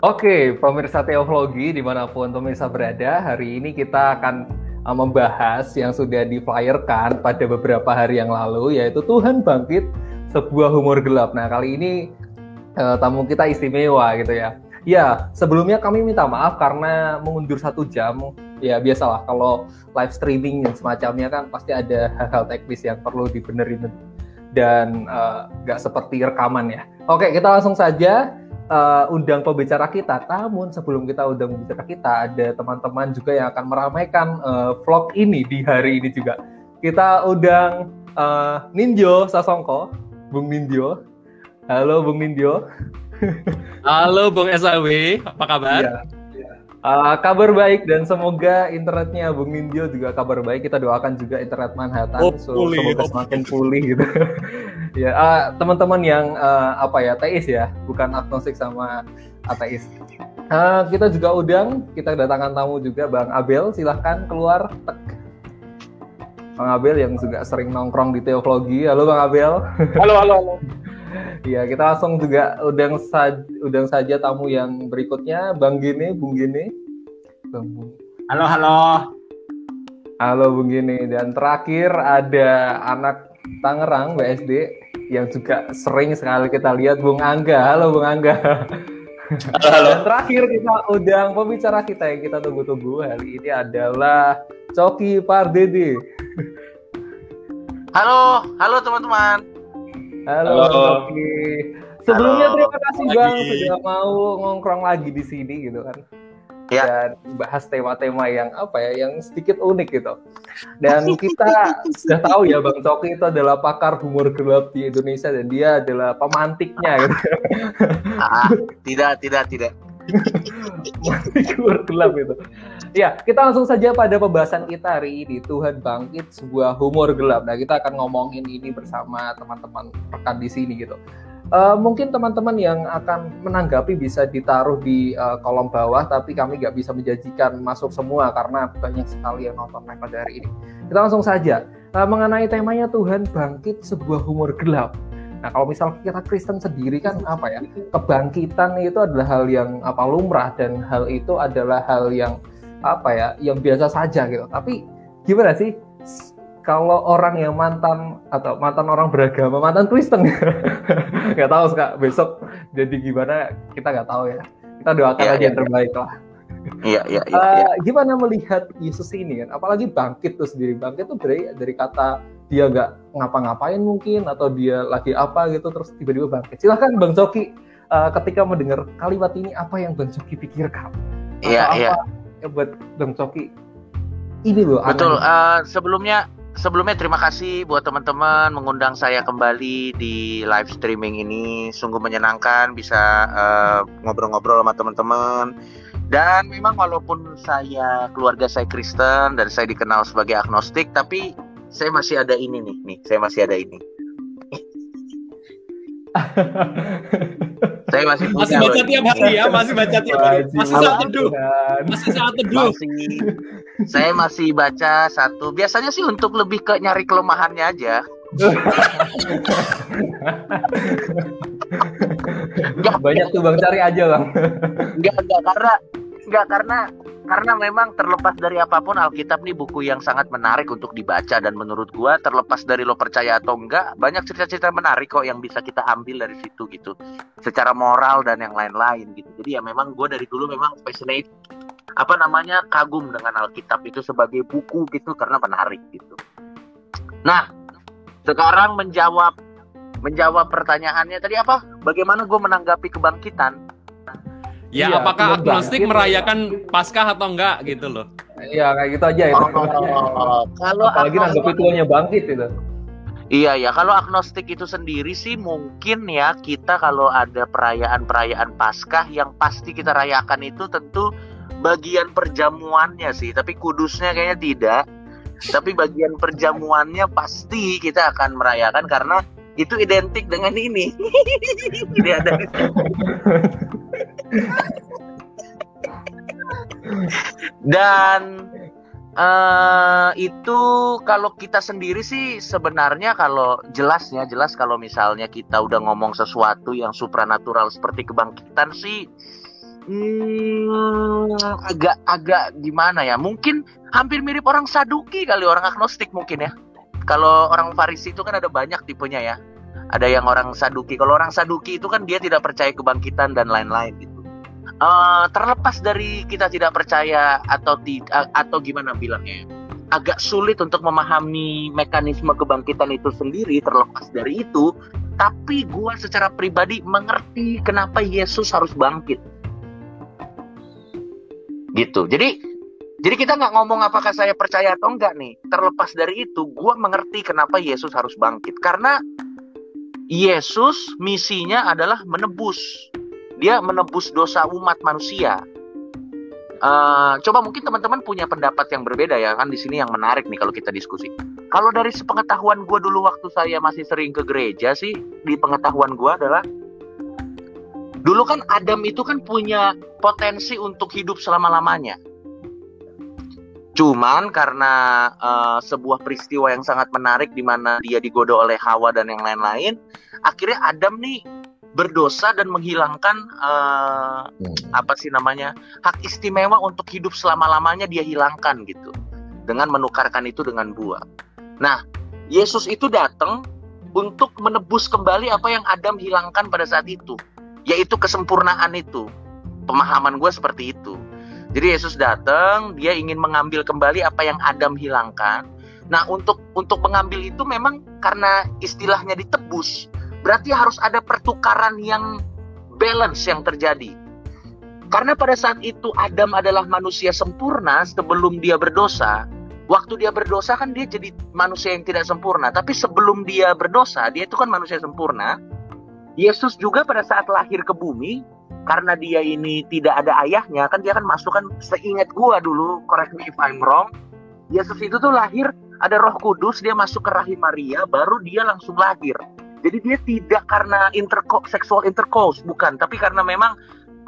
Oke, pemirsa Teologi dimanapun pemirsa berada, hari ini kita akan membahas yang sudah di-flyerkan pada beberapa hari yang lalu, yaitu Tuhan Bangkit, sebuah humor gelap. Nah, kali ini tamu kita istimewa gitu ya. Ya, sebelumnya kami minta maaf karena mengundur 1 jam. Ya, biasalah kalau live streaming dan semacamnya kan pasti ada hal-hal teknis yang perlu dibenerin dan nggak seperti rekaman ya. Oke, kita langsung saja undang pembicara kita. Namun sebelum kita undang pembicara kita, ada teman-teman juga yang akan meramaikan vlog ini di hari ini juga. Kita undang Nindyo Sasongko, Bung Nindyo. Halo Bung Nindyo. Halo Bung SAW, apa kabar? Ya. Kabar baik dan semoga internetnya Bung Nindyo juga kabar baik. Kita doakan juga internet Manhattan semoga semakin pulih gitu. Ya, teman-teman yang teis ya, bukan agnostik sama ateis. Kita juga undang, kita kedatangan tamu juga Bang Abel, silahkan keluar. Bang Abel yang juga sering nongkrong di Teologi. Halo Bang Abel. Halo. Ya, kita langsung juga undang saja tamu yang berikutnya, Bung Gini. Halo Bung Gini. Dan terakhir ada anak Tangerang BSD yang juga sering sekali kita lihat, Bung Angga. Halo Bung Angga. Halo. Dan terakhir kita undang pembicara kita yang kita tunggu-tunggu hari ini adalah Coki Pardede. Halo teman-teman. Halo. Coki. Sebelumnya terima kasih Bang sudah mau ngongkrong lagi di sini gitu kan. Ya. Dan bahas tema-tema yang yang sedikit unik gitu. Dan kita sudah tahu ya Bang Coki itu adalah pakar humor gelap di Indonesia dan dia adalah pemantiknya gitu. Tidak. Humor gelap gitu. Ya, kita langsung saja pada pembahasan kita hari ini, Tuhan Bangkit, sebuah humor gelap. Nah, kita akan ngomongin ini bersama teman-teman rekan di sini gitu. Mungkin teman-teman yang akan menanggapi bisa ditaruh di kolom bawah, tapi kami nggak bisa menjanjikan masuk semua karena banyak sekali yang nonton live pada hari ini. Kita langsung saja mengenai temanya Tuhan Bangkit, sebuah humor gelap. Nah, kalau misalnya kita Kristen sendiri kan kebangkitan itu adalah hal yang lumrah dan hal itu adalah hal yang yang biasa saja gitu. Tapi gimana sih kalau orang yang mantan orang beragama, mantan Kristen, nggak tahu Kak, besok jadi gimana kita nggak tahu ya. Kita doakan aja yang terbaik lah. Iya. Gimana melihat Yesus ini kan? Apalagi bangkit tuh sendiri. Bangkit tuh dari kata dia nggak ngapa-ngapain mungkin atau dia lagi apa gitu terus tiba-tiba bangkit. Silahkan Bang Coki, ketika mendengar kalimat ini apa yang Bang Coki pikirkan? Iya. Buat Bang Coki ini loh. Betul. Sebelumnya terima kasih buat teman-teman mengundang saya kembali di live streaming ini. Sungguh menyenangkan bisa ngobrol-ngobrol sama teman-teman. Dan memang walaupun keluarga saya Kristen dan saya dikenal sebagai agnostik, tapi saya masih ada ini nih. Saya masih ada ini. Saya masih baca tiap hari ya, masih baca tiap hari. Masih saat teduh. Saya masih baca satu. Biasanya sih untuk lebih ke nyari kelemahannya aja. Banyak tuh Bang, cari aja Bang. Enggak karena memang terlepas dari apapun Alkitab nih buku yang sangat menarik untuk dibaca, dan menurut gua terlepas dari lo percaya atau enggak, banyak cerita-cerita menarik kok yang bisa kita ambil dari situ gitu. Secara moral dan yang lain-lain gitu. Jadi ya memang gua dari dulu memang passionate kagum dengan Alkitab itu sebagai buku gitu karena menarik gitu. Nah, sekarang menjawab pertanyaannya tadi apa? Bagaimana gue menanggapi kebangkitan? Ya, apakah agnostik merayakan Paskah atau enggak gitu loh? Iya, kayak gitu aja itu. Kalau apalagi nanggapi Tuhannya bangkit itu. Iya, kalau agnostik itu sendiri sih mungkin ya kita kalau ada perayaan Paskah yang pasti kita rayakan itu tentu bagian perjamuannya sih, tapi kudusnya kayaknya tidak. Tapi bagian perjamuannya pasti kita akan merayakan karena itu identik dengan ini. Ini ada. Dan itu kalau kita sendiri sih sebenarnya kalau jelas kalau misalnya kita udah ngomong sesuatu yang supranatural seperti kebangkitan sih Agak gimana ya? Mungkin hampir mirip orang Saduki kali, orang agnostik mungkin ya. Kalau orang Farisi itu kan ada banyak tipenya ya. Ada yang orang Saduki. Kalau orang Saduki itu kan dia tidak percaya kebangkitan dan lain-lain gitu. Terlepas dari kita tidak percaya atau gimana bilangnya, agak sulit untuk memahami mekanisme kebangkitan itu sendiri. Terlepas dari itu, tapi gue secara pribadi mengerti kenapa Yesus harus bangkit gitu. Jadi kita nggak ngomong apakah saya percaya atau enggak nih. Terlepas dari itu, gue mengerti kenapa Yesus harus bangkit. Karena Yesus misinya adalah menebus. Dia menebus dosa umat manusia. Coba mungkin teman-teman punya pendapat yang berbeda ya, kan di sini yang menarik nih kalau kita diskusi. Kalau dari sepengetahuan gue dulu waktu saya masih sering ke gereja sih, di pengetahuan gue adalah dulu kan Adam itu kan punya potensi untuk hidup selama-lamanya. Cuman karena sebuah peristiwa yang sangat menarik di mana dia digoda oleh Hawa dan yang lain-lain, akhirnya Adam nih berdosa dan menghilangkan hak istimewa untuk hidup selama-lamanya, dia hilangkan gitu dengan menukarkan itu dengan buah. Nah, Yesus itu datang untuk menebus kembali apa yang Adam hilangkan pada saat itu, yaitu kesempurnaan itu. Pemahaman gue seperti itu. Jadi Yesus datang, dia ingin mengambil kembali apa yang Adam hilangkan. Nah, untuk mengambil itu memang karena istilahnya ditebus, berarti harus ada pertukaran yang balance yang terjadi. Karena pada saat itu Adam adalah manusia sempurna sebelum dia berdosa. Waktu dia berdosa kan dia jadi manusia yang tidak sempurna. Tapi sebelum dia berdosa, dia itu kan manusia sempurna. Yesus juga pada saat lahir ke bumi, karena dia ini tidak ada ayahnya, kan dia kan masuk, kan seingat gua dulu, correct me if I'm wrong, Yesus itu tuh lahir, ada Roh Kudus, dia masuk ke rahim Maria, baru dia langsung lahir. Jadi dia tidak karena sexual intercourse, bukan, tapi karena memang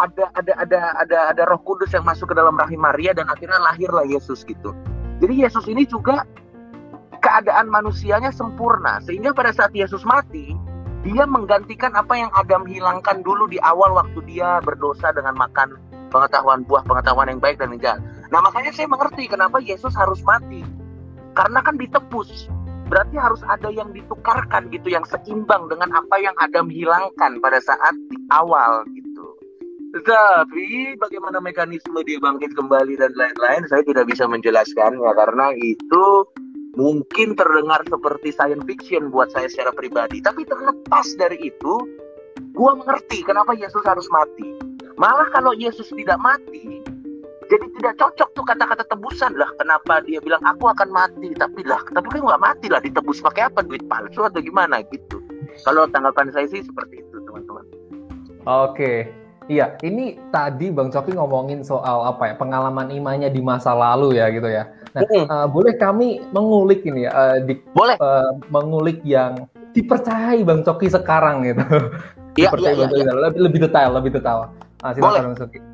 ada Roh Kudus yang masuk ke dalam rahim Maria dan akhirnya lahirlah Yesus gitu. Jadi Yesus ini juga keadaan manusianya sempurna, sehingga pada saat Yesus mati, dia menggantikan apa yang Adam hilangkan dulu di awal waktu dia berdosa dengan makan pengetahuan yang baik dan yang jahat. Nah, makanya saya mengerti kenapa Yesus harus mati. Karena kan ditebus. Berarti harus ada yang ditukarkan gitu, yang seimbang dengan apa yang Adam hilangkan pada saat di awal gitu. Tetapi bagaimana mekanisme dia bangkit kembali dan lain-lain, saya tidak bisa menjelaskannya karena itu mungkin terdengar seperti science fiction buat saya secara pribadi. Tapi terlepas dari itu, gua mengerti kenapa Yesus harus mati. Malah kalau Yesus tidak mati, jadi tidak cocok tuh kata-kata tebusan lah. Kenapa dia bilang aku akan mati, tapi kan nggak mati lah, ditebus pakai apa, duit palsu atau gimana gitu. Kalau tanggapan saya sih seperti itu, teman-teman. Oke, iya, ini tadi Bang Coki ngomongin soal pengalaman imannya di masa lalu ya gitu ya. Nah, boleh kami mengulik ini ya, boleh mengulik yang dipercayai Bang Coki sekarang gitu. Iya. Lebih detail. Nah, silakan Bang Coki.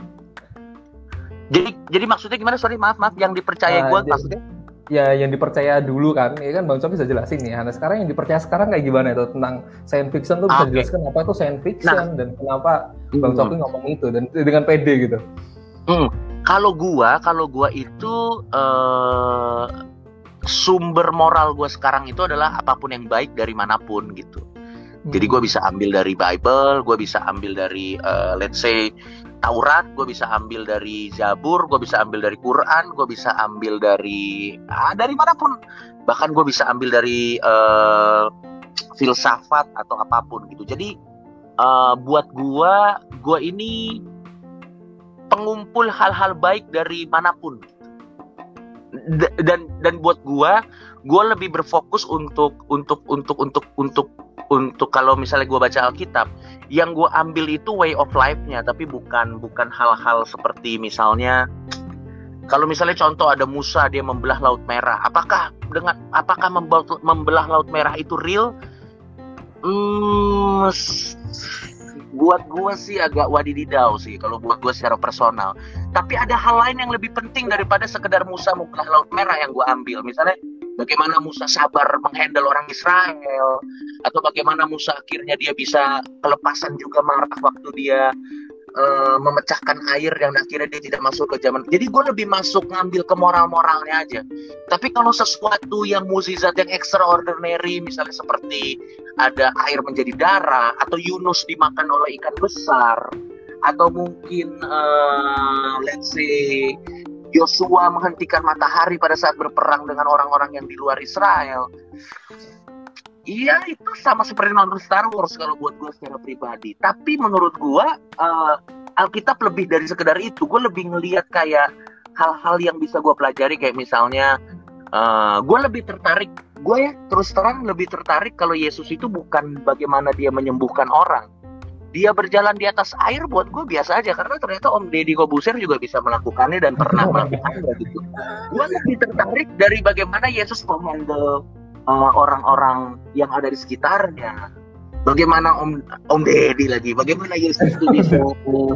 Jadi maksudnya gimana? Sorry, maaf yang dipercaya gue maksudnya? Ya, yang dipercaya dulu kan, ya kan Bang Coki bisa jelasin nih. Nah, sekarang yang dipercaya sekarang kayak gimana itu tentang science fiction tuh bisa jelaskan apa itu science fiction dan kenapa Bang Coki ngomong itu dan dengan pede gitu. Kalau gua itu sumber moral gua sekarang itu adalah apapun yang baik dari manapun gitu. Jadi gua bisa ambil dari Bible, gua bisa ambil dari let's say Taurat, gue bisa ambil dari Zabur, gue bisa ambil dari Quran, gue bisa ambil dari manapun. Bahkan gue bisa ambil dari filsafat atau apapun gitu. Jadi buat gue ini pengumpul hal-hal baik dari manapun. Dan buat gue lebih berfokus untuk kalau misalnya gue baca Alkitab, yang gue ambil itu way of life-nya, tapi bukan hal-hal seperti misalnya kalau misalnya contoh ada Musa dia membelah Laut Merah, apakah membelah Laut Merah itu real? Buat gue sih agak wadididau sih kalau buat gue secara personal. Tapi ada hal lain yang lebih penting daripada sekedar Musa membelah Laut Merah yang gue ambil. Misalnya bagaimana Musa sabar menghandle orang Israel, atau bagaimana Musa akhirnya dia bisa kelepasan juga marah waktu dia memecahkan air yang akhirnya dia tidak masuk ke zaman. Jadi gue lebih masuk ngambil ke moral-moralnya aja. Tapi kalau sesuatu yang mukjizat yang extraordinary, misalnya seperti ada air menjadi darah, atau Yunus dimakan oleh ikan besar, atau mungkin let's say Yosua menghentikan matahari pada saat berperang dengan orang-orang yang di luar Israel. Iya, itu sama seperti nonton Star Wars kalau buat gue secara pribadi. Tapi menurut gue Alkitab lebih dari sekedar itu. Gue lebih ngelihat kayak hal-hal yang bisa gue pelajari, kayak misalnya gue lebih tertarik, gue ya terus terang lebih tertarik kalau Yesus itu bukan bagaimana dia menyembuhkan orang. Dia berjalan di atas air buat gue biasa aja, karena ternyata Om Deddy Kobuser juga bisa melakukannya dan pernah melakukannya gitu. Gue lebih tertarik dari bagaimana Yesus menghandle orang-orang yang ada di sekitarnya. Bagaimana Om Deddy lagi, bagaimana Yesus itu bisa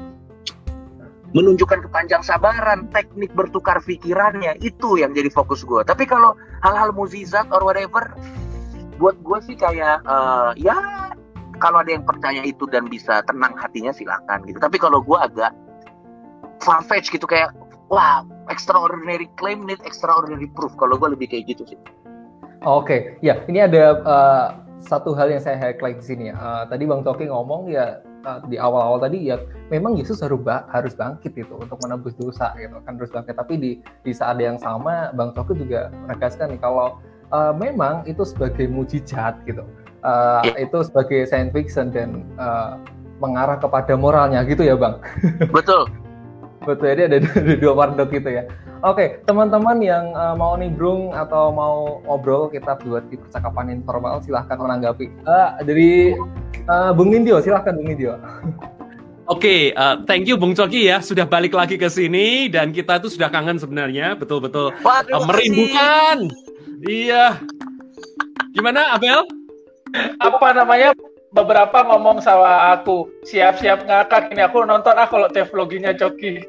menunjukkan kepanjang sabaran, teknik bertukar pikirannya, itu yang jadi fokus gue. Tapi kalau hal-hal mukjizat or whatever, buat gue sih kayak ya kalau ada yang percaya itu dan bisa tenang hatinya silakan gitu. Tapi kalau gue agak far-fetched gitu, kayak wah, extraordinary claim need extraordinary proof. Kalau gue lebih kayak gitu sih. Oke, ya ini ada satu hal yang saya highlight di sini ya. Tadi Bang Coki ngomong ya di awal-awal tadi ya, memang Yesus harus bangkit itu untuk menebus dosa gitu kan, harus bangkit. Tapi di saat yang sama Bang Coki juga menegaskan nih kalau memang itu sebagai mujizat gitu, itu sebagai science fiction dan mengarah kepada moralnya gitu ya Bang. Betul. Betul, jadi ada dua paradok gitu ya. Oke, teman-teman yang mau nimbrung atau mau ngobrol kita buat di percakapan informal, silahkan menanggapi. Dari Bung Nindyo, silahkan Bung Nindyo. Oke, thank you Bung Coki ya, sudah balik lagi ke sini dan kita tuh sudah kangen sebenarnya, betul-betul merindukan. Iya. Gimana Abel? Apa namanya? Beberapa ngomong sama aku, siap-siap ngakak ini, aku nonton kalau vloginya Coki.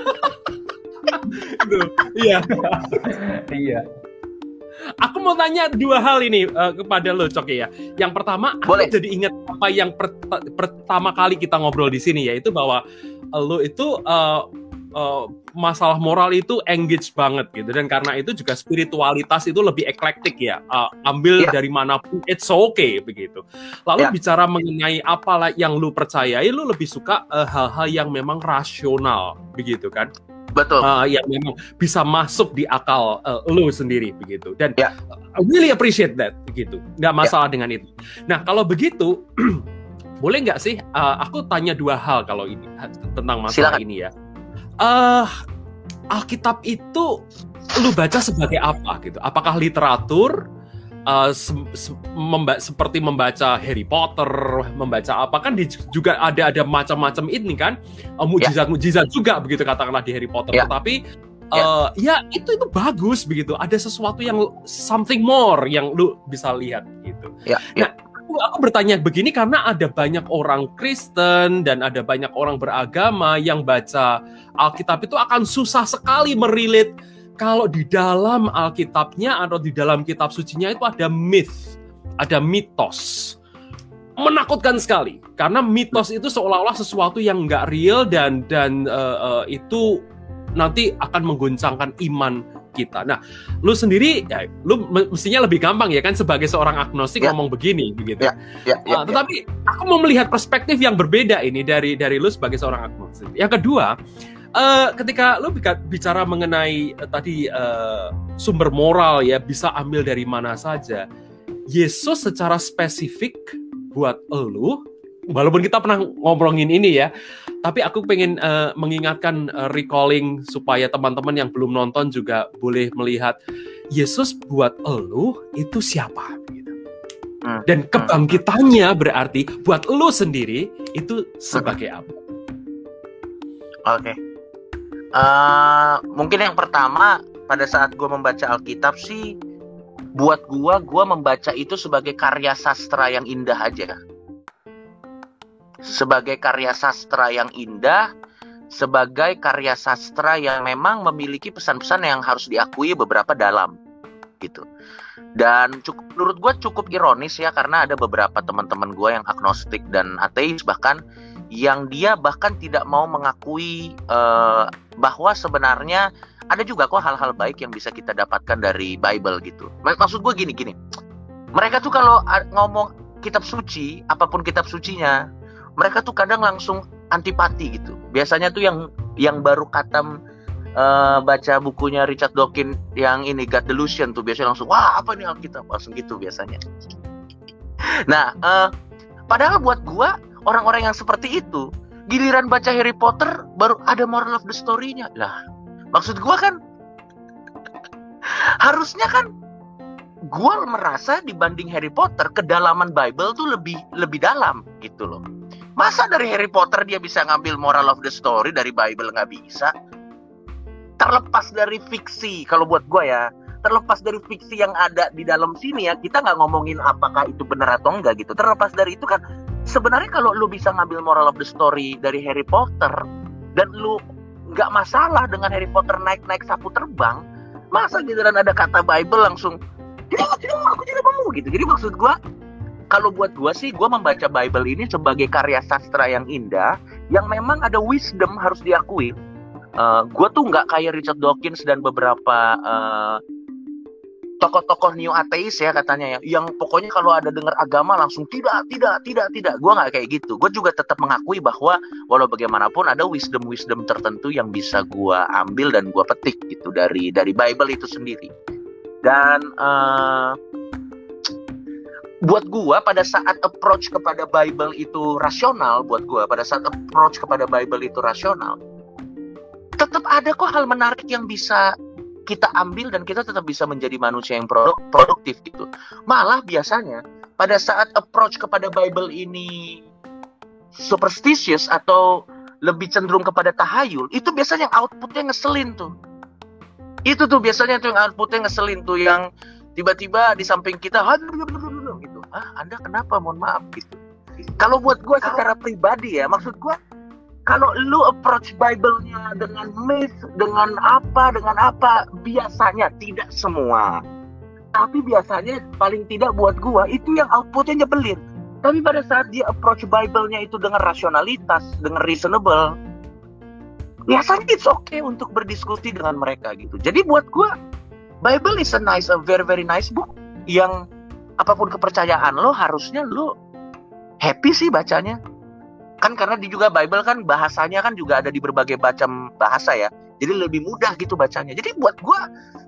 Iya. Iya. Aku mau tanya dua hal ini kepada lo Coki ya. Yang pertama, aku jadi ingat apa yang pertama kali kita ngobrol di sini, yaitu bahwa lo itu masalah moral itu engage banget gitu, dan karena itu juga spiritualitas itu lebih eklektik ya, ambil dari manapun it's okay begitu. Lalu bicara mengenai apa yang lu percayai, lu lebih suka hal-hal yang memang rasional begitu kan? Betul. Yang memang bisa masuk di akal lu sendiri begitu, dan I really appreciate that begitu, nggak masalah dengan itu. Nah kalau begitu boleh nggak sih aku tanya dua hal kalau ini tentang masalah ini ya. Alkitab itu lu baca sebagai apa gitu? Apakah literatur seperti membaca Harry Potter, membaca apa kan juga ada macam-macam ini kan, mujizat-mujizat juga begitu katakanlah di Harry Potter. Tetapi ya itu bagus begitu. Ada sesuatu yang something more yang lu bisa lihat gitu. Nah, aku bertanya begini karena ada banyak orang Kristen dan ada banyak orang beragama yang baca Alkitab itu akan susah sekali merelate kalau di dalam Alkitabnya atau di dalam kitab sucinya itu ada myth, ada mitos. Menakutkan sekali karena mitos itu seolah-olah sesuatu yang nggak real dan itu nanti akan mengguncangkan iman kita. Nah, lu sendiri, ya, lu mestinya lebih gampang ya kan sebagai seorang agnostik ngomong begini, begitu. Tetapi aku mau melihat perspektif yang berbeda ini dari lu sebagai seorang agnostik. Yang kedua, ketika lu bicara mengenai tadi sumber moral ya bisa ambil dari mana saja. Yesus secara spesifik buat lu, walaupun kita pernah ngobrolin ini ya, tapi aku pengen mengingatkan recalling supaya teman-teman yang belum nonton juga boleh melihat Yesus buat elu itu siapa gitu. Dan kebangkitannya berarti buat elu sendiri itu sebagai apa? Oke. Mungkin yang pertama pada saat gue membaca Alkitab sih, buat gue membaca itu sebagai karya sastra yang indah aja. Sebagai karya sastra yang indah, sebagai karya sastra yang memang memiliki pesan-pesan yang harus diakui beberapa dalam gitu. Dan menurut gue cukup ironis ya, karena ada beberapa teman-teman gue yang agnostik dan ateis bahkan yang dia bahkan tidak mau mengakui bahwa sebenarnya ada juga kok hal-hal baik yang bisa kita dapatkan dari Bible gitu. Maksud gue gini, mereka tuh kalau ngomong kitab suci, apapun kitab sucinya, mereka tuh kadang langsung antipati gitu. Biasanya tuh yang baru katam baca bukunya Richard Dawkins yang ini God Delusion tuh biasanya langsung, wah apa nih Alkitab, langsung gitu biasanya. Nah, padahal buat gua orang-orang yang seperti itu, giliran baca Harry Potter baru ada moral of the story-nya. Lah, maksud gua kan harusnya kan gua merasa dibanding Harry Potter, kedalaman Bible tuh lebih dalam gitu loh. Masa dari Harry Potter dia bisa ngambil moral of the story, dari Bible nggak bisa? Terlepas dari fiksi, kalau buat gue ya, terlepas dari fiksi yang ada di dalam sini ya, kita nggak ngomongin apakah itu benar atau enggak gitu. Terlepas dari itu kan, sebenarnya kalau lu bisa ngambil moral of the story dari Harry Potter, dan lu nggak masalah dengan Harry Potter naik sapu terbang, masa gitu dan ada kata Bible langsung, aku tidak mau gitu. Jadi maksud gue, kalau buat gue sih, gue membaca Bible ini sebagai karya sastra yang indah, yang memang ada wisdom harus diakui. Gue tuh nggak kayak Richard Dawkins dan beberapa tokoh-tokoh neo ateis ya katanya ya, yang pokoknya kalau ada dengar agama langsung tidak. Gue nggak kayak gitu. Gue juga tetap mengakui bahwa walau bagaimanapun ada wisdom tertentu yang bisa gue ambil dan gue petik gitu dari Bible itu sendiri. Dan buat gue pada saat approach kepada Bible itu rasional, tetap ada kok hal menarik yang bisa kita ambil dan kita tetap bisa menjadi manusia yang produktif gitu. Malah biasanya pada saat approach kepada Bible ini superstitious atau lebih cenderung kepada tahayul, itu biasanya outputnya ngeselin tuh. Itu tuh biasanya tuh yang outputnya ngeselin tuh, yang tiba-tiba di samping kita gitu. Anda kenapa? Mohon maaf gitu. Kalau buat gue secara pribadi ya, maksud gue, kalau lu approach Bible-nya dengan myth, dengan apa, biasanya, tidak semua, tapi biasanya paling tidak buat gua itu yang outputnya nyebelin. Tapi pada saat dia approach Bible-nya itu dengan rasionalitas, dengan reasonable, biasanya it's okay untuk berdiskusi dengan mereka gitu. Jadi buat gua, Bible is a very very nice book, yang apapun kepercayaan lo, harusnya lo happy sih bacanya. Kan karena juga Bible kan bahasanya kan juga ada di berbagai macam bahasa ya, jadi lebih mudah gitu bacanya. Jadi buat gue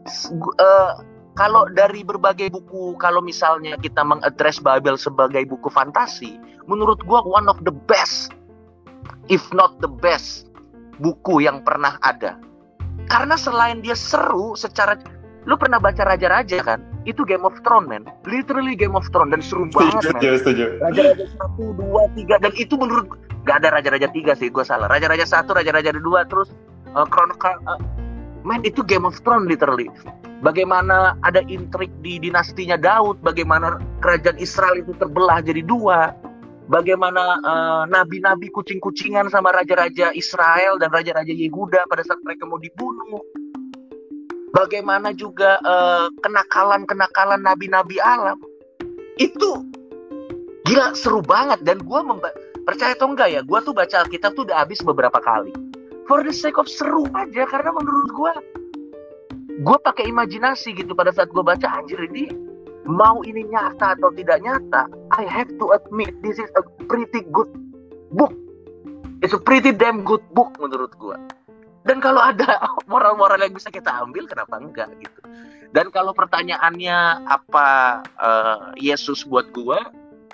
kalau dari berbagai buku, kalau misalnya kita mengadres Bible sebagai buku fantasi, menurut gue one of the best, if not the best buku yang pernah ada. Karena selain dia seru secara, lu pernah baca Raja-Raja kan? Itu Game of Thrones, man. Literally Game of Thrones, dan seru banget, man. Setuju. Raja-Raja 1, 2, 3, dan itu menurut, gak ada Raja-Raja 3 sih, gue salah. Raja-Raja 1, Raja-Raja 2, terus Chronicle, man, itu Game of Thrones literally. Bagaimana ada intrik di dinastinya Daud, bagaimana kerajaan Israel itu terbelah jadi dua, bagaimana nabi-nabi kucing-kucingan sama raja-raja Israel dan raja-raja Yehuda pada saat mereka mau dibunuh. Bagaimana juga kenakalan nabi-nabi alam. Itu gila seru banget. Dan gue percaya atau enggak ya, gue tuh baca Alkitab tuh udah habis beberapa kali. For the sake of seru aja. Karena menurut gue pakai imajinasi gitu pada saat gue baca. Anjir, ini mau ini nyata atau tidak nyata, I have to admit this is a pretty good book. It's a pretty damn good book menurut gue. Dan kalau ada moral-moral yang bisa kita ambil, kenapa enggak gitu. Dan kalau pertanyaannya apa Yesus buat gua,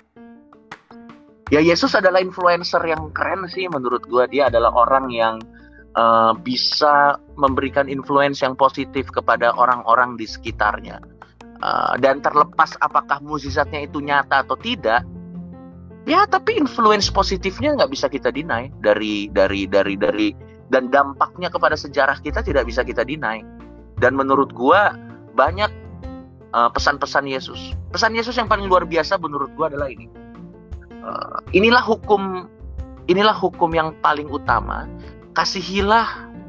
ya Yesus adalah influencer yang keren sih menurut gua. Dia adalah orang yang bisa memberikan influence yang positif kepada orang-orang di sekitarnya. Dan terlepas apakah mukjizatnya itu nyata atau tidak, ya tapi influence positifnya nggak bisa kita deny dari dan dampaknya kepada sejarah kita tidak bisa kita deny. Dan menurut gua banyak pesan-pesan Yesus. Pesan Yesus yang paling luar biasa menurut gua adalah ini. Inilah hukum yang paling utama. Kasihilah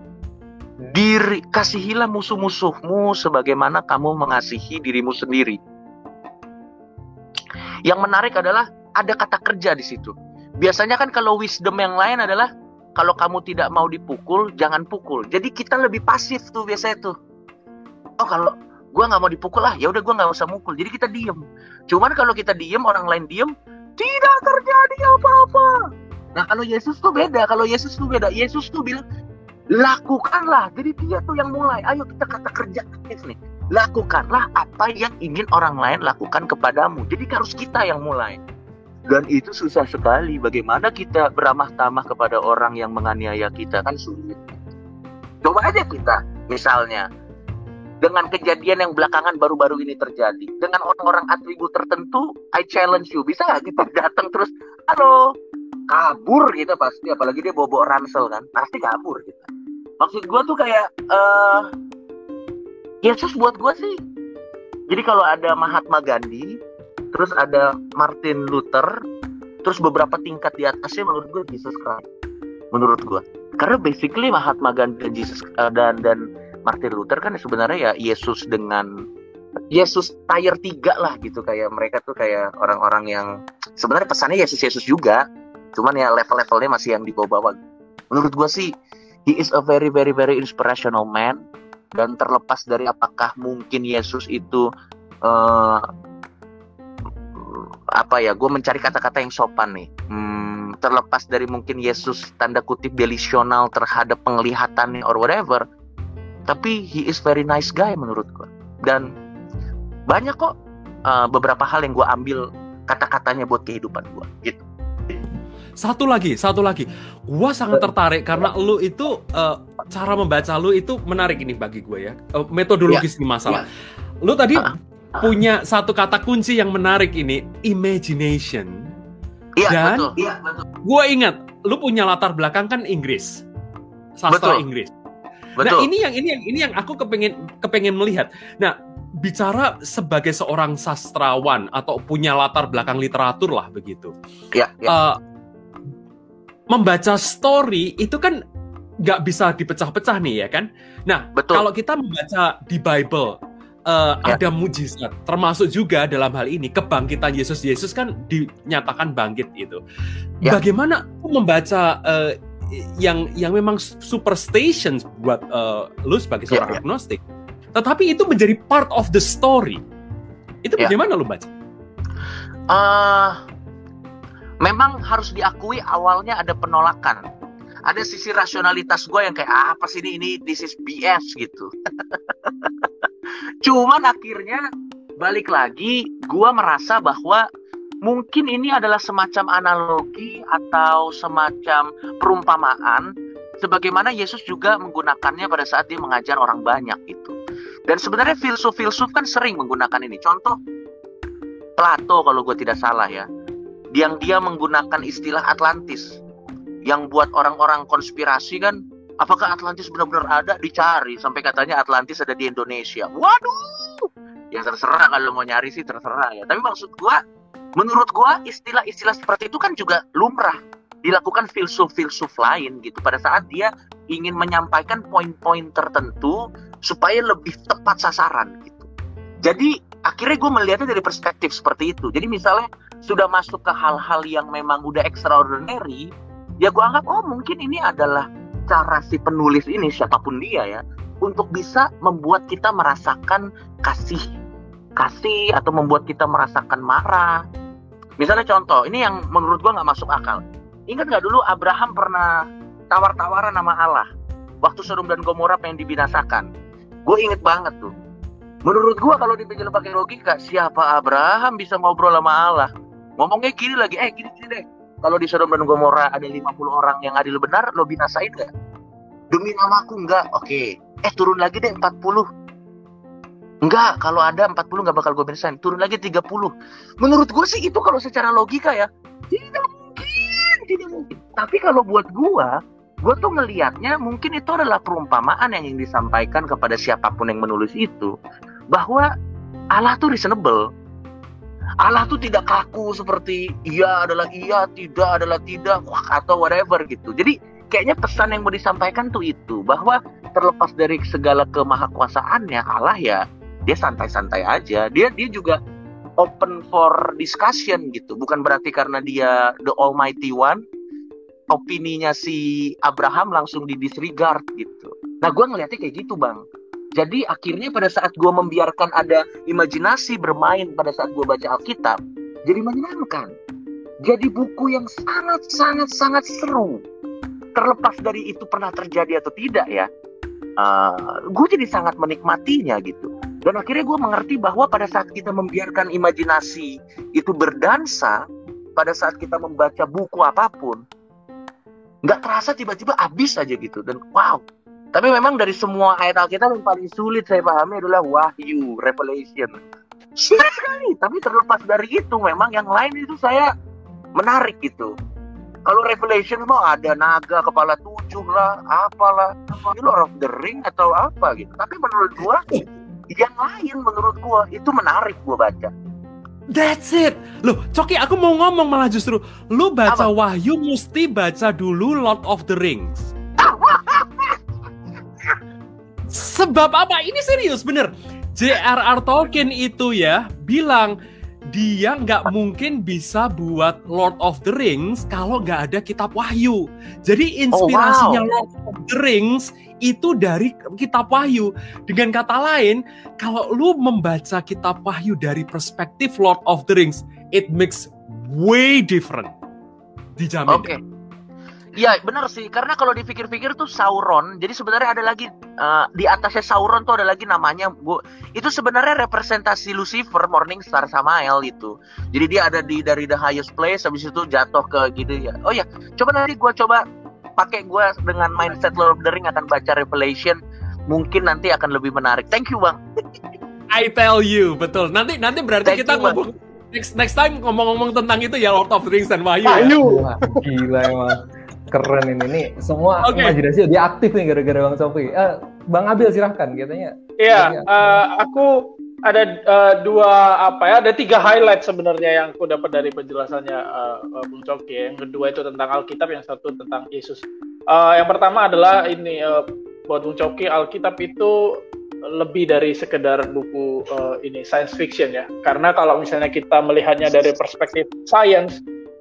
musuh-musuhmu sebagaimana kamu mengasihi dirimu sendiri. Yang menarik adalah ada kata kerja di situ. biasanya kan kalau wisdom yang lain adalah kalau kamu tidak mau dipukul, jangan pukul. Jadi kita lebih pasif tuh biasanya tuh. Oh kalau gue nggak mau dipukul lah, ya udah gue nggak usah mukul. Jadi kita diem. Cuman kalau kita diem, orang lain diem, tidak terjadi apa-apa. Nah kalau Yesus tuh beda. Yesus tuh bilang lakukanlah. Jadi dia tuh yang mulai. Ayo kita kata kerja aktif nih. Lakukanlah apa yang ingin orang lain lakukan kepadamu. Jadi harus kita yang mulai. Dan itu susah sekali. Bagaimana kita beramah tamah kepada orang yang menganiaya kita, kan sulit. Coba aja kita, misalnya, dengan kejadian yang belakangan baru-baru ini terjadi, dengan orang-orang atribut tertentu, I challenge you, bisa nggak kita datang terus, halo, kabur gitu pasti, apalagi dia bawa ransel kan, pasti kabur gitu. Maksud gue tuh kayak, Yesus buat gue sih, jadi kalau ada Mahatma Gandhi, terus ada Martin Luther, terus beberapa tingkat di atasnya menurut gue Jesus Christ. Menurut gue. Karena basically Mahatma Gandhi dan Jesus dan Martin Luther kan sebenarnya ya Yesus dengan Yesus tier 3 lah gitu, kayak mereka tuh kayak orang-orang yang sebenarnya pesannya Yesus juga. Cuman ya level-levelnya masih yang di bawah-bawah. Menurut gue sih he is a very very very inspirational man, dan terlepas dari apakah mungkin Yesus itu gue mencari kata-kata yang sopan nih. Terlepas dari mungkin Yesus tanda kutip delusional terhadap penglihatannya or whatever, tapi he is very nice guy menurut gue. Dan banyak kok beberapa hal yang gue ambil kata-katanya buat kehidupan gue gitu. Satu lagi, gue sangat tertarik karena lu itu cara membaca lu itu menarik ini bagi gue ya, metodologis ini masalah. Lu tadi punya satu kata kunci yang menarik ini, imagination. Iya, betul. Gue ingat, lu punya latar belakang kan Inggris, sastra Inggris. Betul. Nah ini yang aku kepengen melihat. Nah, bicara sebagai seorang sastrawan atau punya latar belakang literatur lah begitu. Membaca story itu kan nggak bisa dipecah-pecah nih ya kan. Nah, kalau kita membaca di Bible, ada mujizat, termasuk juga dalam hal ini kebangkitan Yesus. Yesus kan dinyatakan bangkit itu. Bagaimana membaca yang memang superstition buat lu sebagai seorang agnostik, tetapi itu menjadi part of the story. Itu bagaimana lu baca? Memang harus diakui awalnya ada penolakan. Ada sisi rasionalitas gue yang kayak apa sih ini this is BS gitu. Cuman akhirnya balik lagi, gue merasa bahwa mungkin ini adalah semacam analogi atau semacam perumpamaan, sebagaimana Yesus juga menggunakannya pada saat dia mengajar orang banyak itu. Dan sebenarnya filsuf kan sering menggunakan ini. Contoh Plato kalau gue tidak salah ya, yang dia menggunakan istilah Atlantis, yang buat orang-orang konspirasi kan, apakah Atlantis benar-benar ada, dicari sampai katanya Atlantis ada di Indonesia. Waduh, ya terserah kalau mau nyari sih terserah ya. Tapi maksud gua, menurut gua istilah-istilah seperti itu kan juga lumrah dilakukan filsuf-filsuf lain gitu pada saat dia ingin menyampaikan poin-poin tertentu supaya lebih tepat sasaran gitu. Jadi akhirnya gue melihatnya dari perspektif seperti itu. Jadi misalnya sudah masuk ke hal-hal yang memang udah extraordinary, ya gue anggap mungkin ini adalah cara si penulis ini, siapapun dia ya, untuk bisa membuat kita merasakan kasih atau membuat kita merasakan marah. Misalnya contoh, ini yang menurut gue gak masuk akal. Ingat gak dulu Abraham pernah tawar-tawaran sama Allah waktu Sodom dan Gomora pengen dibinasakan? Gue inget banget tuh. Menurut gue kalau dipikir pakai logika, siapa Abraham bisa ngobrol sama Allah? Ngomongnya gini lagi, gini deh. Kalau di Sodom dan Gomora ada 50 orang yang adil benar, lo binasain gak? Demi namaku enggak, oke. Turun lagi deh 40. Enggak, kalau ada 40 gak bakal gue binasain. Turun lagi 30. Menurut gue sih itu kalau secara logika ya, tidak mungkin. Tapi kalau buat gue tuh ngelihatnya mungkin itu adalah perumpamaan yang ingin disampaikan kepada siapapun yang menulis itu, bahwa Allah tuh reasonable. Allah tuh tidak kaku seperti iya adalah iya, tidak adalah tidak, atau whatever gitu. Jadi kayaknya pesan yang mau disampaikan tuh itu, bahwa terlepas dari segala kemahakuasaannya, Allah ya dia santai-santai aja. Dia juga open for discussion gitu. Bukan berarti karena dia the almighty one, opininya si Abraham langsung di disregard gitu. Nah, gue ngeliatnya kayak gitu, Bang. Jadi akhirnya pada saat gue membiarkan ada imajinasi bermain pada saat gue baca Alkitab, jadi menyenangkan. Jadi buku yang sangat seru. Terlepas dari itu pernah terjadi atau tidak ya, gue jadi sangat menikmatinya gitu. Dan akhirnya gue mengerti bahwa pada saat kita membiarkan imajinasi itu berdansa, pada saat kita membaca buku apapun, nggak terasa tiba-tiba habis aja gitu. Dan wow. Tapi memang dari semua ayat Alkitab yang paling sulit saya pahami adalah Wahyu, Revelation. Sulit sekali. Tapi terlepas dari itu, memang yang lain itu saya menarik gitu. Kalau Revelation mau ada naga kepala 7 lah, apalah, Lord of the Ring atau apa gitu. Tapi menurut gua, yang lain menurut gua itu menarik gua baca. That's it. Loh, Coki, aku mau ngomong malah justru lu baca Wahyu mesti baca dulu Lord of the Rings. Sebab apa? Ini serius, bener. J.R.R. Tolkien itu ya bilang dia nggak mungkin bisa buat Lord of the Rings kalau nggak ada kitab Wahyu. Jadi inspirasinya Lord of the Rings itu dari kitab Wahyu. Dengan kata lain, kalau lu membaca kitab Wahyu dari perspektif Lord of the Rings, it makes way different. Dijamin. Oke. Iya benar sih, karena kalau dipikir-pikir tuh Sauron, jadi sebenarnya ada lagi di atasnya Sauron tuh ada lagi namanya, itu sebenarnya representasi Lucifer, Morningstar, Samael itu. Jadi dia ada dari the highest place, habis itu jatuh ke gitu ya. Oh ya, coba nanti gue pakai gue dengan mindset Lord of the Ring akan baca Revelation, mungkin nanti akan lebih menarik. Thank you Bang. I tell you, betul. Nanti berarti kita ngomong next time ngomong-ngomong tentang itu ya, Lord of the Rings dan Wahyu. Wah, gila emang. Keren ini nih, imajinasi dia aktif nih gara-gara Bang Coki. Bang Abil silahkan katanya. Iya, aku ada ada 3 highlight sebenarnya yang aku dapat dari penjelasannya Bung Coki. Yang kedua itu tentang Alkitab, yang satu tentang Yesus. Yang pertama adalah ini buat Bung Coki, Alkitab itu lebih dari sekedar buku ini science fiction ya. Karena kalau misalnya kita melihatnya dari perspektif science,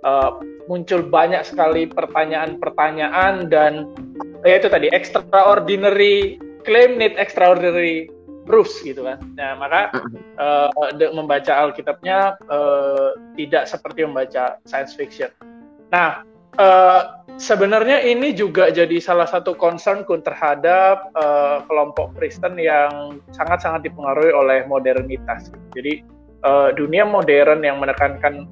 muncul banyak sekali pertanyaan-pertanyaan dan ya itu tadi extraordinary claim need extraordinary proofs gitu kan. Nah maka membaca Alkitabnya tidak seperti membaca science fiction. Nah sebenarnya ini juga jadi salah satu concernku terhadap kelompok Kristen yang sangat-sangat dipengaruhi oleh modernitas. Jadi dunia modern yang menekankan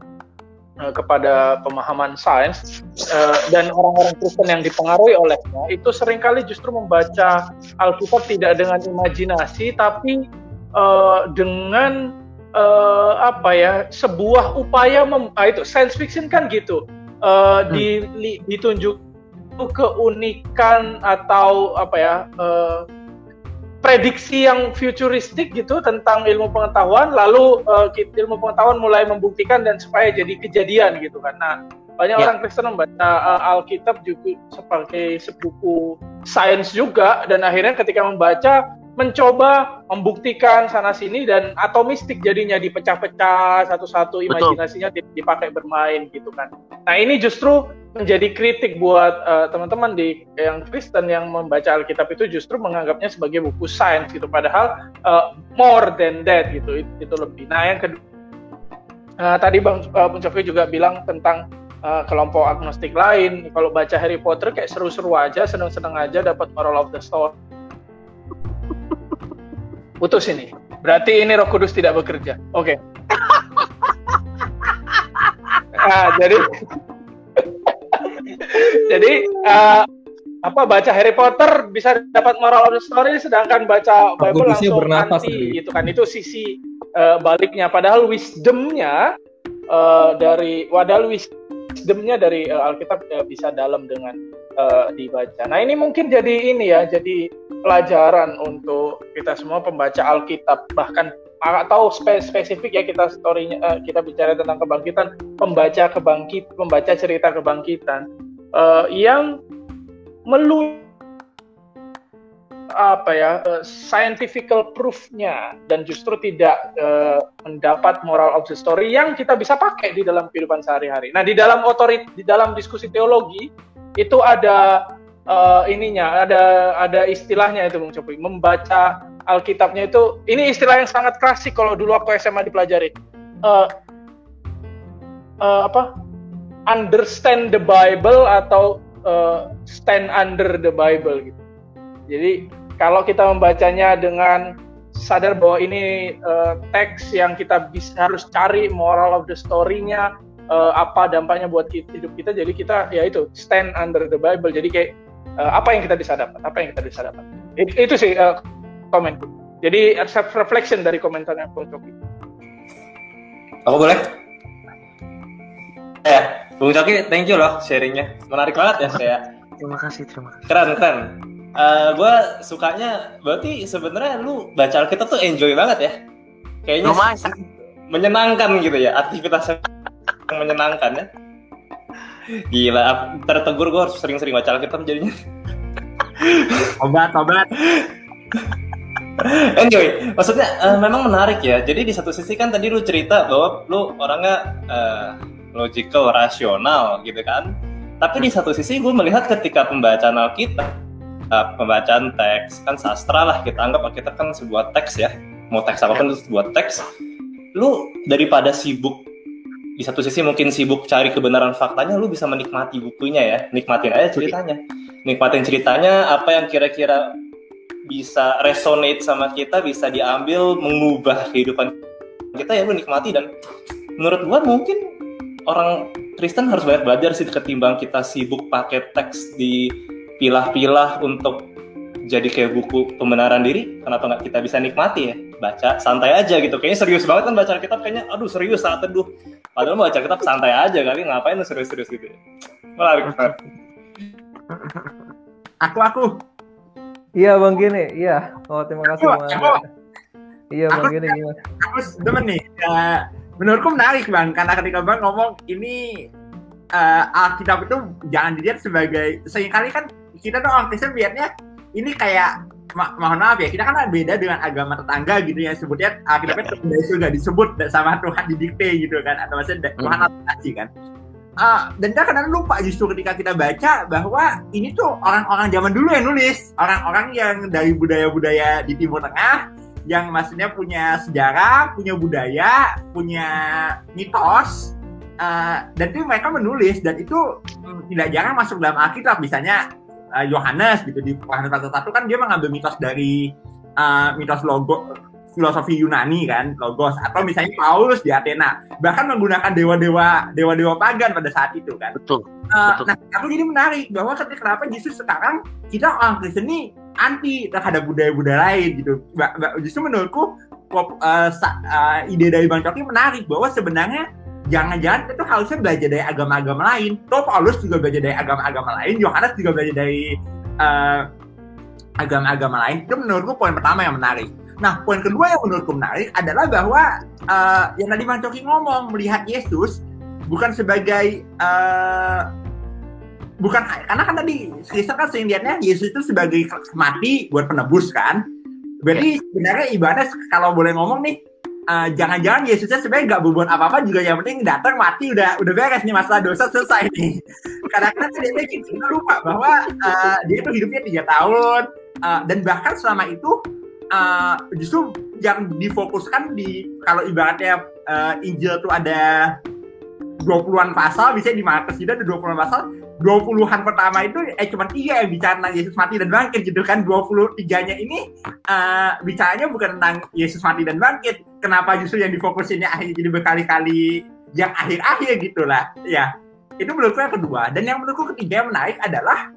kepada pemahaman sains dan orang-orang Kristen yang dipengaruhi olehnya itu seringkali justru membaca Alkitab tidak dengan imajinasi tapi dengan sebuah upaya itu science fiction kan gitu, ditunjuk keunikan atau prediksi yang futuristik gitu tentang ilmu pengetahuan, lalu ilmu pengetahuan mulai membuktikan dan supaya jadi kejadian gitu kan. Nah, banyak orang Kristen membaca Alkitab juga sebagai sebuku sains juga, dan akhirnya ketika membaca mencoba membuktikan sana sini dan atomistik jadinya dipecah-pecah satu-satu, imajinasinya dipakai bermain gitu kan. Nah, ini justru menjadi kritik buat teman-teman yang Kristen yang membaca Alkitab itu justru menganggapnya sebagai buku sains gitu, padahal more than that gitu, itu lebih. Nah yang kedua, tadi Bang Coki juga bilang tentang kelompok agnostik lain, kalau baca Harry Potter kayak seru-seru aja, seneng-seneng aja, dapat moral of the story. Putus ini, berarti ini Roh Kudus tidak bekerja. Oke. Jadi baca Harry Potter bisa dapat moral of the story, sedangkan baca Bible langsung anti gitu kan. Itu sisi baliknya. Padahal wisdomnya dari Alkitab bisa dalam dengan dibaca. Nah ini mungkin jadi jadi pelajaran untuk kita semua pembaca Alkitab, bahkan atau spesifik ya kita bicara tentang kebangkitan, membaca cerita kebangkitan yang scientifical proof-nya dan justru tidak mendapat moral of the story yang kita bisa pakai di dalam kehidupan sehari-hari. Nah, di dalam diskusi teologi itu ada ada istilahnya itu Bung Copi, membaca Alkitabnya itu, ini istilah yang sangat klasik kalau dulu aku SMA dipelajari. Understand the Bible atau stand under the Bible gitu. Jadi kalau kita membacanya dengan sadar bahwa ini teks yang kita harus cari moral of the story-nya, apa dampaknya buat hidup kita, jadi kita ya itu stand under the Bible. Jadi kayak apa yang kita bisa dapat. Itu sih komen. Jadi self reflection dari komentarnya Bung Coki. Aku boleh? Ya, Bung Coki, thank you loh sharingnya, menarik banget ya saya. Terima kasih. Keren. Gue sukanya, berarti sebenarnya lu baca Alkitab tuh enjoy banget ya. Kayaknya menyenangkan gitu ya, aktivitas yang menyenangkan ya. Gila, tertegur gue harus sering-sering baca Alkitab jadinya. Obat. Enjoy, maksudnya memang menarik ya. Jadi di satu sisi kan tadi lu cerita bahwa lu orangnya logical, rasional gitu kan. Tapi di satu sisi gue melihat ketika pembacaan Alkitab, pembacaan teks, kan sastra lah, kita anggap Alkitab kan sebuah teks ya. Mau teks apapun itu sebuah teks. Lu daripada sibuk, di satu sisi mungkin sibuk cari kebenaran faktanya, lu bisa menikmati bukunya ya. Nikmatin aja ceritanya. Nikmatin ceritanya, apa yang kira-kira bisa resonate sama kita, bisa diambil, mengubah kehidupan kita ya, lu nikmati. Dan menurut gua mungkin orang Kristen harus banyak belajar sih ketimbang kita sibuk pakai teks dipilah-pilah untuk jadi kayak buku pembenaran diri. Kenapa nggak kita bisa nikmati ya, baca santai aja gitu. Kayaknya serius banget kan baca Alkitab, kayaknya aduh serius saat teduh. Padahal baca Alkitab santai aja kali, ngapain lu serius-serius gitu ya. Menarik banget. Aku. Iya Bang Gini, iya. Oh terima kasih Bang. Iya Bang Gini gimana? Aku demen nih. Menurutku menarik Bang, karena ketika Bang ngomong ini Alkitab itu jangan dilihat sebagai, seringkali kan kita tuh orang Kristen lihatnya ini kayak mohon maaf ya, kita kan beda dengan agama tetangga gitu ya, sebutnya Alkitabnya dari surga disebut sama Tuhan didikte gitu kan, atau maksudnya Tuhan adaptasi kan. Dan kita kadang lupa justru ketika kita baca bahwa ini tuh orang-orang zaman dulu yang nulis, orang-orang yang dari budaya-budaya di Timur Tengah, yang maksudnya punya sejarah, punya budaya, punya mitos, dan itu mereka menulis, dan itu tidak jarang masuk dalam Alkitab. Misalnya Yohanes gitu, di Yohanes 1 kan dia mengambil mitos dari mitos filosofi Yunani kan, logos, atau misalnya Paulus di Athena bahkan menggunakan dewa-dewa pagan pada saat itu kan. Betul. Nah, aku jadi menarik bahwa kenapa justru sekarang kita orang Kristen ini anti terhadap budaya-budaya lain gitu. Justru menurutku ide dari Bang Coki menarik, bahwa sebenarnya jangan-jangan kita tuh harusnya belajar dari agama-agama lain. Paulus juga belajar dari agama-agama lain, Yohanes juga belajar dari agama-agama lain. Itu menurutku poin pertama yang menarik. Nah, poin kedua yang menurutku menarik adalah bahwa yang tadi Bang Coki ngomong, melihat Yesus bukan sebagai bukan, karena kan tadi Kristen kan sering lihatnya Yesus itu sebagai mati buat penebus kan. Berarti sebenarnya ibadah kalau boleh ngomong nih, jangan-jangan Yesusnya sebenarnya nggak berbuat apa-apa juga, yang penting datang mati udah beres nih, masalah dosa selesai nih. Kadang-kadang dia gitu, kita lupa bahwa dia itu hidupnya 3 tahun, dan bahkan selama itu justru yang difokuskan di, kalau ibaratnya Injil tuh ada 20-an pasal, bisa di Markus juga ada 20-an pasal, 20-an pertama itu cuma 3 yang bicara tentang Yesus mati dan bangkit gitu kan. 23-nya ini bicaranya bukan tentang Yesus mati dan bangkit. Kenapa justru yang difokusinnya akhirnya jadi berkali-kali yang akhir-akhir gitulah ya. Itu menurutku yang kedua. Dan yang menurutku ketiga yang menarik adalah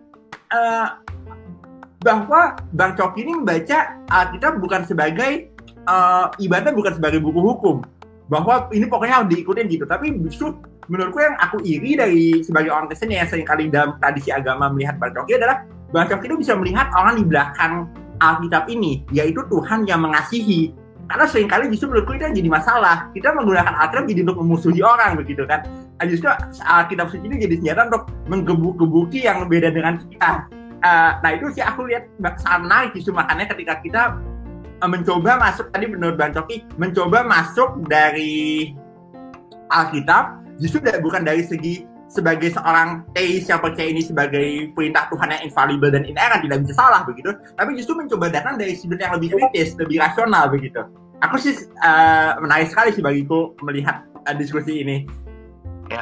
bahwa Bang Coki ini membaca Alkitab bukan sebagai ibadah, bukan sebagai buku hukum, bahwa ini pokoknya harus diikutin gitu. Tapi justru menurutku yang aku iri dari sebagai orang Kristen yang seringkali dalam tradisi agama melihat Bang Coki adalah Bang Coki itu bisa melihat orang di belakang Alkitab ini, yaitu Tuhan yang mengasihi. Karena seringkali justru menurutku itu yang jadi masalah. Kita menggunakan Alkitab jadi untuk memusuhi orang begitu kan. Justru Alkitab suci ini jadi senjata untuk menggebuk-gebuki yang beda dengan kita. nah itu sih aku lihat sangat menarik justru, makanya ketika kita mencoba masuk, tadi menurut Bang Coki, mencoba masuk dari Alkitab, justru bukan dari segi sebagai seorang teis yang percaya ini sebagai perintah Tuhan yang infalibel dan inerrant, tidak bisa salah begitu, tapi justru mencoba datang dari sudut yang lebih kritis, lebih rasional begitu. Aku sih menarik sekali sih bagiku melihat diskusi ini. Ya.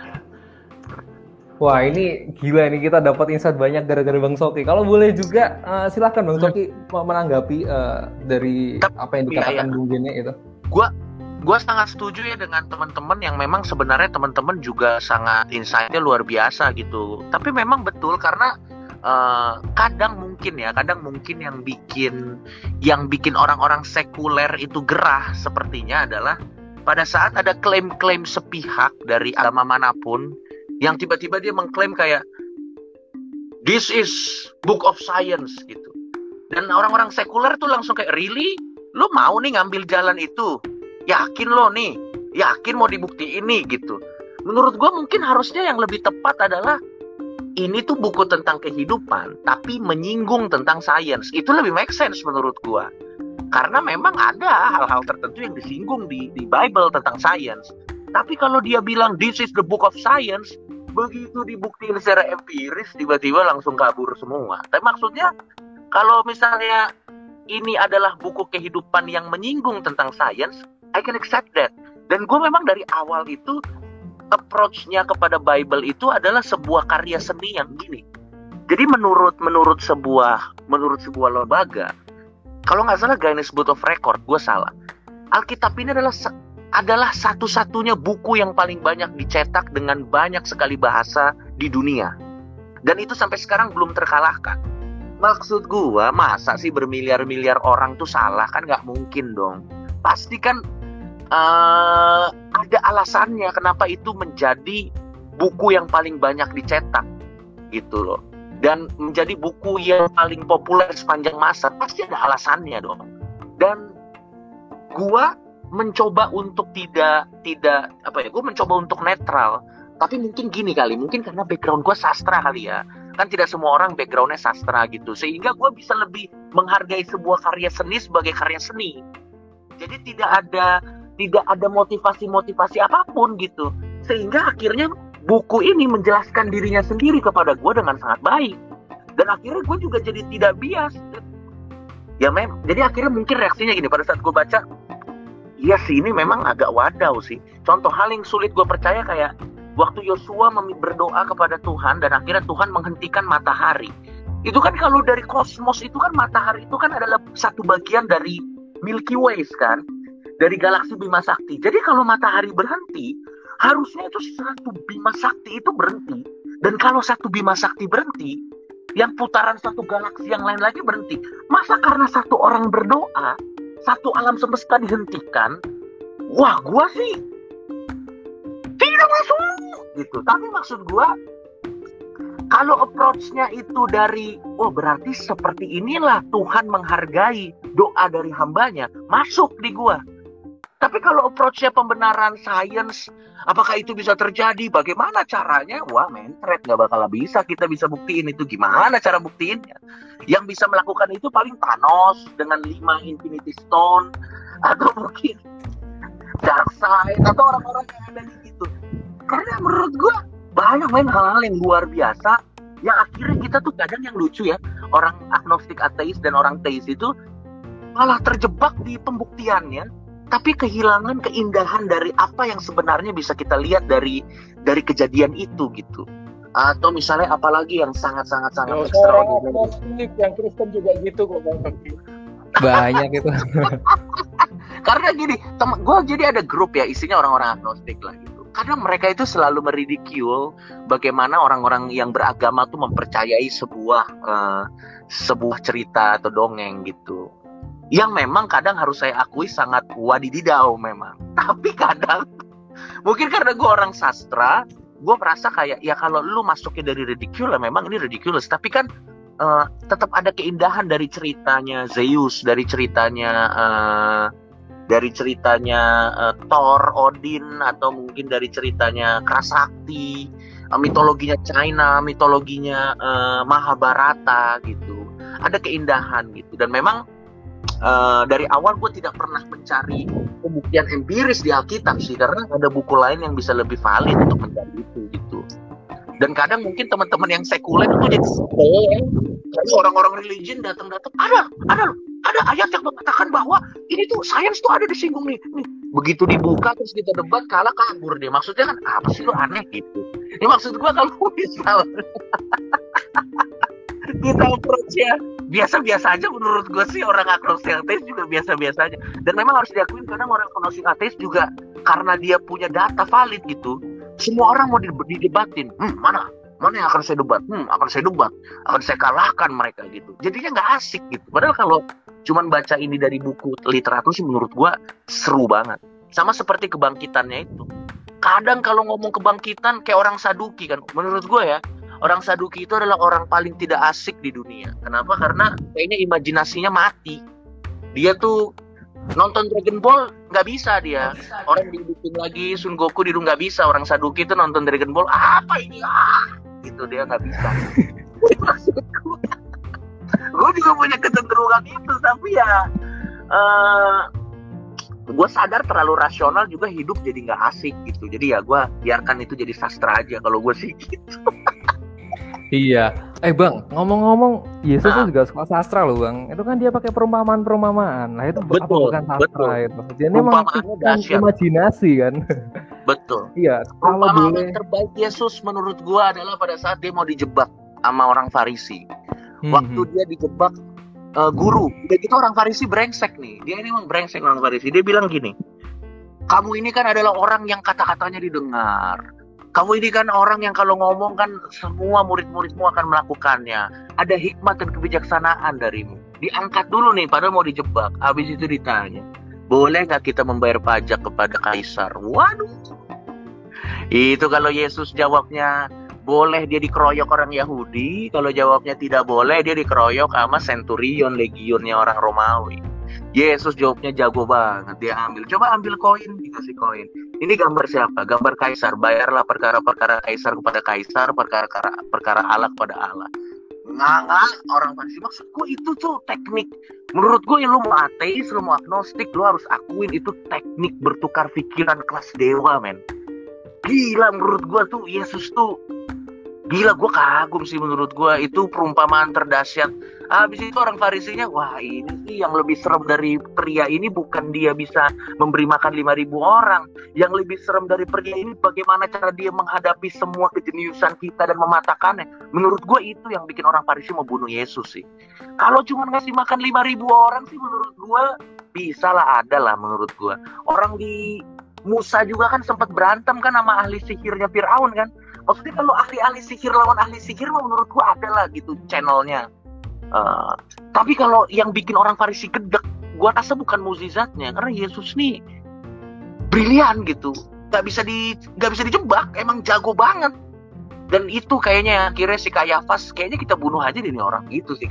Wah, ini gila nih, kita dapat insight banyak gara-gara Bang Soki. Kalau boleh juga silakan Bang Soki menanggapi dari apa yang dikatakan Bung Gene itu. Gua sangat setuju ya dengan teman-teman yang memang sebenarnya teman-teman juga sangat insight-nya luar biasa gitu. Tapi memang betul karena kadang mungkin yang bikin orang-orang sekuler itu gerah sepertinya adalah pada saat ada klaim-klaim sepihak dari agama manapun yang tiba-tiba dia mengklaim kayak this is book of science gitu. Dan orang-orang sekuler tuh langsung kayak, really? Lo mau nih ngambil jalan itu? Yakin lo nih? Yakin mau dibuktiin nih gitu? Menurut gue mungkin harusnya yang lebih tepat adalah ini tuh buku tentang kehidupan tapi menyinggung tentang sains. Itu lebih make sense menurut gue. Karena memang ada hal-hal tertentu yang disinggung di Bible tentang sains. Tapi kalau dia bilang this is the book of science, begitu dibuktiin secara empiris tiba-tiba langsung kabur semua. Tapi maksudnya kalau misalnya ini adalah buku kehidupan yang menyinggung tentang sains, I can accept that. Dan gue memang dari awal itu approach-nya kepada Bible itu adalah sebuah karya seni yang gini. Jadi menurut sebuah lembaga, kalau nggak salah Guinness Book of Record, gue salah. Alkitab ini adalah satu-satunya buku yang paling banyak dicetak dengan banyak sekali bahasa di dunia. Dan itu sampai sekarang belum terkalahkan. Maksud gua, masa sih bermiliar-miliar orang tuh salah? Kan nggak mungkin dong. Pasti kan ada alasannya kenapa itu menjadi buku yang paling banyak dicetak gitu loh. Dan menjadi buku yang paling populer sepanjang masa. Pasti ada alasannya dong. Dan gua mencoba untuk gue mencoba untuk netral, tapi mungkin gini kali, mungkin karena background gue sastra kali ya, kan tidak semua orang backgroundnya sastra gitu, sehingga gue bisa lebih menghargai sebuah karya seni sebagai karya seni. Jadi tidak ada motivasi apapun gitu, sehingga akhirnya buku ini menjelaskan dirinya sendiri kepada gue dengan sangat baik, dan akhirnya gue juga jadi tidak bias ya jadi akhirnya mungkin reaksinya gini pada saat gue baca. Iya sih, ini memang agak wadaw sih. Contoh hal yang sulit gue percaya kayak waktu Yosua berdoa kepada Tuhan dan akhirnya Tuhan menghentikan matahari. Itu kan kalau dari kosmos itu kan matahari itu kan adalah satu bagian dari Milky Way kan, dari galaksi Bima Sakti. Jadi kalau matahari berhenti, harusnya itu satu Bima Sakti itu berhenti. Dan kalau satu Bima Sakti berhenti, yang putaran satu galaksi yang lain lagi berhenti. Masa karena satu orang berdoa satu alam semesta dihentikan? Wah, gua sih tidak masuk gitu. Tapi maksud gua, kalau approach-nya itu dari berarti seperti inilah Tuhan menghargai doa dari hambanya, masuk di gua. Tapi kalau approach-nya pembenaran sains, apakah itu bisa terjadi? Bagaimana caranya? Wah, mentret, nggak bakal bisa kita bisa buktiin itu. Gimana cara buktiinnya? Yang bisa melakukan itu paling Thanos dengan 5 Infinity Stone, atau mungkin Darkseid, atau orang-orang yang ada di situ. Karena menurut gue banyak hal-hal yang luar biasa yang akhirnya kita tuh kadang yang lucu ya, orang agnostik ateis dan orang teis itu malah terjebak di pembuktiannya, tapi kehilangan keindahan dari apa yang sebenarnya bisa kita lihat dari kejadian itu gitu. Atau misalnya apalagi yang sangat extraordinary. Yang Kristen juga gitu kok Bang Soki. Banyak itu. Karena gini, gue jadi ada grup ya isinya orang-orang agnostik lah gitu. Kadang mereka itu selalu meridicule bagaimana orang-orang yang beragama tuh mempercayai sebuah cerita atau dongeng gitu. Yang memang kadang harus saya akui sangat wadididau memang. Tapi kadang mungkin karena gue orang sastra, gue merasa kayak ya kalau lu masuknya dari ridicule memang ini ridiculous, tapi kan tetap ada keindahan dari ceritanya Zeus, dari ceritanya dari ceritanya Thor, Odin, atau mungkin dari ceritanya Krasakti, mitologinya China, mitologinya Mahabharata gitu. Ada keindahan gitu. Dan memang dari awal gue tidak pernah mencari pembuktian empiris di Alkitab sih, karena ada buku lain yang bisa lebih valid untuk mencari itu gitu. Dan kadang mungkin teman-teman yang sekuler itu jadi sebel, karena orang-orang religion datang-datang ada ayat yang mengatakan bahwa ini tuh sains tuh ada disinggung nih. Begitu dibuka terus kita debat kalah kabur dia. Maksudnya kan apa sih lu aneh gitu. Ini maksud gua kalau misal kita approach-nya biasa-biasa aja, menurut gue sih orang agnostik ateis juga biasa-biasa aja. Dan memang harus diakuin kadang orang agnostik ateis juga karena dia punya data valid gitu, semua orang mau didebatin. Mana yang akan saya debat? Akan saya kalahkan mereka gitu. Jadinya nggak asik gitu. Padahal kalau cuman baca ini dari buku literatur sih menurut gue seru banget. Sama seperti kebangkitannya itu. Kadang kalau ngomong kebangkitan kayak orang Saduki kan, menurut gue ya, orang Saduki itu adalah orang paling tidak asik di dunia. Kenapa? Karena kayaknya imajinasinya mati. Dia tuh nonton Dragon Ball nggak bisa dia. Orang dibikin lagi Son Goku nggak bisa. Orang Saduki itu nonton Dragon Ball, apa ini? Gitu dia nggak bisa. Gue juga punya kecenderungan itu, tapi ya gue sadar terlalu rasional juga hidup jadi nggak asik gitu. Jadi ya gue biarkan itu jadi sastra aja kalau gue sih gitu. Iya. Bang, ngomong-ngomong, Yesus itu juga suka sastra loh Bang. Itu kan dia pakai perumpamaan. Nah itu betul, bukan sastra betul. Itu. Jadi memang imajinasi kan. Betul. Iya. Perumpamaan terbaik Yesus menurut gua adalah pada saat dia mau dijebak sama orang Farisi. Waktu dia dijebak guru. Udah gitu orang Farisi brengsek nih. Dia ini memang brengsek orang Farisi. Dia bilang gini, kamu ini kan adalah orang yang kata-katanya didengar. Kamu ini kan orang yang kalau ngomong kan semua murid-muridmu akan melakukannya. Ada hikmat dan kebijaksanaan darimu. Diangkat dulu nih, padahal mau dijebak. Habis itu ditanya, boleh nggak kita membayar pajak kepada kaisar? Waduh. Itu kalau Yesus jawabnya boleh, dia dikeroyok orang Yahudi. Kalau jawabnya tidak boleh, dia dikeroyok sama centurion, legionnya orang Romawi. Yesus jawabnya jago banget. Dia coba ambil koin, dikasih koin. Ini gambar siapa? Gambar kaisar. Bayarlah perkara-perkara kaisar kepada kaisar, perkara Allah kepada Allah. Nggak, orang Farisi. Maksudku itu tuh teknik. Menurut gue ya, lu mau ateis, lu mau agnostik, lu harus akuin itu teknik bertukar pikiran kelas dewa, men. Gila menurut gue tuh Yesus tuh gila, gue kagum sih menurut gue. Itu perumpamaan terdahsyat. Habis itu orang Farisinya, wah ini sih yang lebih serem dari pria ini bukan dia bisa memberi makan 5.000 orang. Yang lebih serem dari pria ini bagaimana cara dia menghadapi semua kejeniusan kita dan mematahkannya. Menurut gue itu yang bikin orang Farisi mau bunuh Yesus sih. Kalau cuma ngasih makan 5.000 orang sih menurut gue bisa lah, ada lah menurut gue. Orang di Musa juga kan sempat berantem kan sama ahli sihirnya Fir'aun kan. Maksudnya kalau ahli sihir lawan ahli sihir mah menurut gue ada lah gitu channelnya. Tapi kalau yang bikin orang Farisi gedek, gue rasa bukan mukjizatnya, karena Yesus nih brilian gitu, nggak bisa dijebak, emang jago banget. Dan itu kayaknya akhirnya si Kayafas kayaknya kita bunuh aja nih orang gitu sih.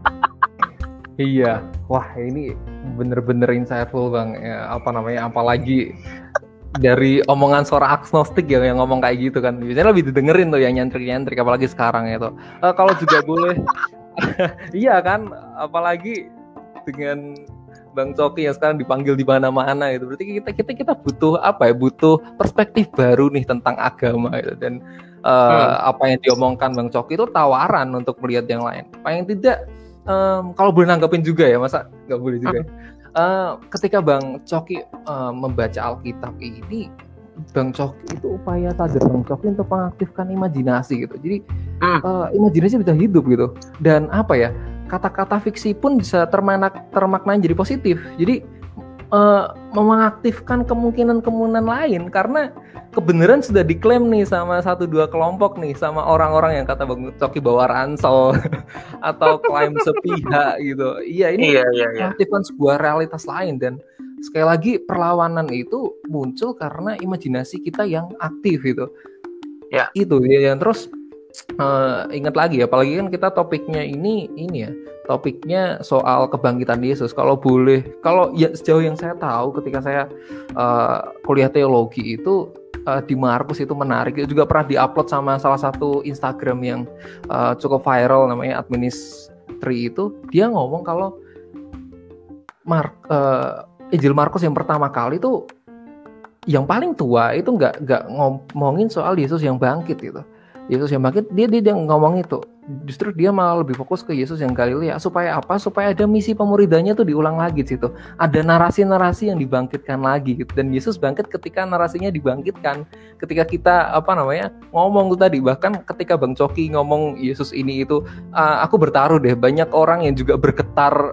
Iya, wah ini bener-bener insightful Bang. Ya, apalagi dari omongan suara agnostik ya yang ngomong kayak gitu kan, biasanya lebih didengerin tuh yang nyentrik-nyentrik, apalagi sekarang itu. Kalau juga boleh. Iya kan, apalagi dengan Bang Coki yang sekarang dipanggil di mana-mana gitu. Berarti kita butuh apa ya? Butuh perspektif baru nih tentang agama gitu. Dan apa yang diomongkan Bang Coki itu tawaran untuk melihat yang lain. Paling tidak kalau boleh nanggepin juga ya, masa nggak boleh juga. Ketika Bang Coki membaca Alkitab ini, Bang Coki itu upaya sadar Bang Coki untuk mengaktifkan imajinasi gitu. Jadi imajinasi bisa hidup gitu. Dan apa ya, kata-kata fiksi pun bisa termaknai jadi positif. Jadi mengaktifkan kemungkinan lain, karena kebenaran sudah diklaim nih sama 1-2 kelompok nih, sama orang-orang yang kata Bang Coki bawa ransel atau klaim sepihak gitu. Iya, ini mengaktifkan sebuah realitas lain. Dan sekali lagi perlawanan itu muncul karena imajinasi kita yang aktif gitu. Ya. Itu ya. Terus ingat lagi, apalagi kan kita topiknya ini ya, topiknya soal kebangkitan Yesus. Kalau ya sejauh yang saya tahu ketika saya kuliah teologi itu di Markus itu menarik. Itu juga pernah diupload sama salah satu Instagram yang cukup viral, namanya Administri itu. Dia ngomong kalau Injil Markus yang pertama kali itu yang paling tua itu nggak ngomongin soal Yesus yang bangkit gitu. Yesus yang bangkit dia ngomong itu. Justru dia malah lebih fokus ke Yesus yang Galilea. Supaya apa? Supaya ada misi pemuridannya tuh diulang lagi di situ. Ada narasi-narasi yang dibangkitkan lagi gitu. Dan Yesus bangkit ketika narasinya dibangkitkan. Ketika kita ngomong tuh tadi, bahkan ketika Bang Coki ngomong Yesus ini itu, aku bertaruh deh banyak orang yang juga bergetar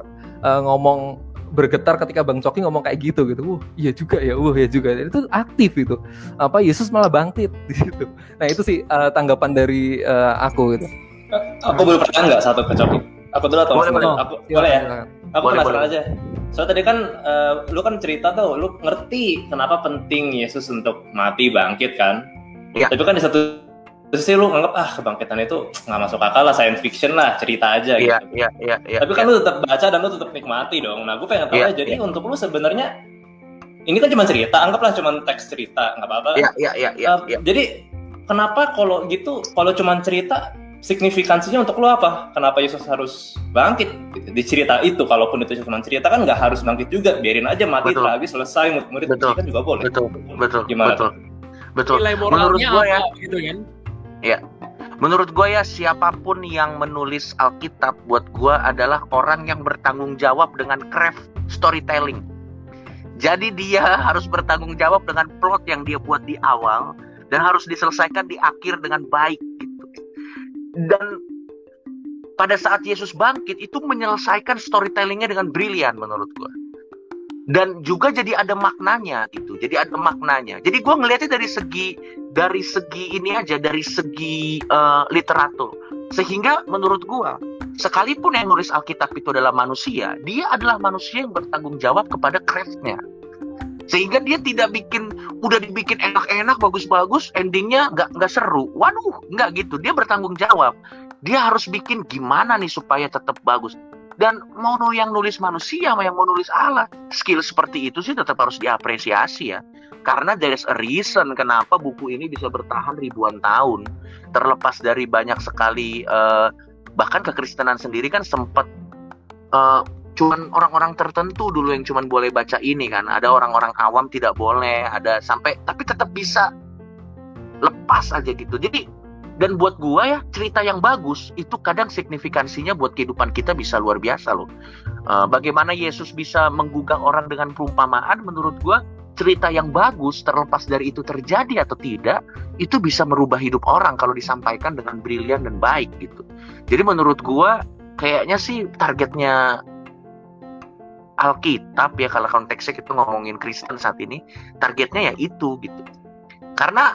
ketika Bang Coki ngomong kayak gitu. Iya juga ya, ya juga. Itu aktif itu. Yesus malah bangkit di situ. Nah, itu sih tanggapan dari aku gitu. Aku boleh pertanyaan nggak satu ke Coki? Aku dulu atau boleh ya? Aku penasaran aja. Soalnya tadi kan lu kan cerita tuh, lu ngerti kenapa penting Yesus untuk mati bangkit kan? Iya. Tapi kan di satu sisi lu nganggap kebangkitan itu nggak masuk akal lah, science fiction lah, cerita aja gitu. Iya. Tapi kan lu tetap baca dan lu tetap nikmati dong. Nah, gue pengen tahu aja, jadi untuk lu sebenarnya ini kan cuma cerita, anggaplah cuma teks cerita, nggak apa-apa. Iya. Jadi kenapa kalau cuma cerita, signifikansinya untuk lu apa? Kenapa Yesus harus bangkit? Gitu. Di cerita itu, kalaupun itu cuma cerita kan nggak harus bangkit juga, biarin aja mati lagi selesai, murid kan juga boleh. Betul. Gimana? Betul. Nilai moralnya apa gitu kan? Ya, menurut gue ya, siapapun yang menulis Alkitab buat gue adalah orang yang bertanggung jawab dengan craft storytelling. Jadi dia harus bertanggung jawab dengan plot yang dia buat di awal dan harus diselesaikan di akhir dengan baik gitu. Dan pada saat Yesus bangkit itu menyelesaikan storytellingnya dengan brilian menurut gue. Dan juga jadi ada maknanya gitu. Jadi gue ngelihatnya dari segi ini aja, dari segi literatur. Sehingga menurut gue, sekalipun yang nulis Alkitab itu adalah manusia, dia adalah manusia yang bertanggung jawab kepada craft-nya. Sehingga dia tidak udah dibikin enak-enak, bagus-bagus, endingnya nggak seru. Waduh, nggak gitu. Dia bertanggung jawab. Dia harus bikin gimana nih supaya tetap bagus. Dan mau yang nulis manusia, mau yang mau nulis Allah, skill seperti itu sih tetap harus diapresiasi ya. Karena there's a reason kenapa buku ini bisa bertahan ribuan tahun. Terlepas dari banyak sekali, bahkan kekristenan sendiri kan sempat cuman orang-orang tertentu dulu yang cuman boleh baca ini kan. Ada orang-orang awam tidak boleh, tapi tetap bisa lepas aja gitu. Jadi, dan buat gua ya, cerita yang bagus itu kadang signifikansinya buat kehidupan kita bisa luar biasa loh. Bagaimana Yesus bisa menggugah orang dengan perumpamaan, menurut gua cerita yang bagus, terlepas dari itu terjadi atau tidak, itu bisa merubah hidup orang kalau disampaikan dengan brilian dan baik gitu. Jadi menurut gua kayaknya sih targetnya Alkitab ya, kalau konteksnya kita ngomongin Kristen saat ini, targetnya ya itu gitu. Karena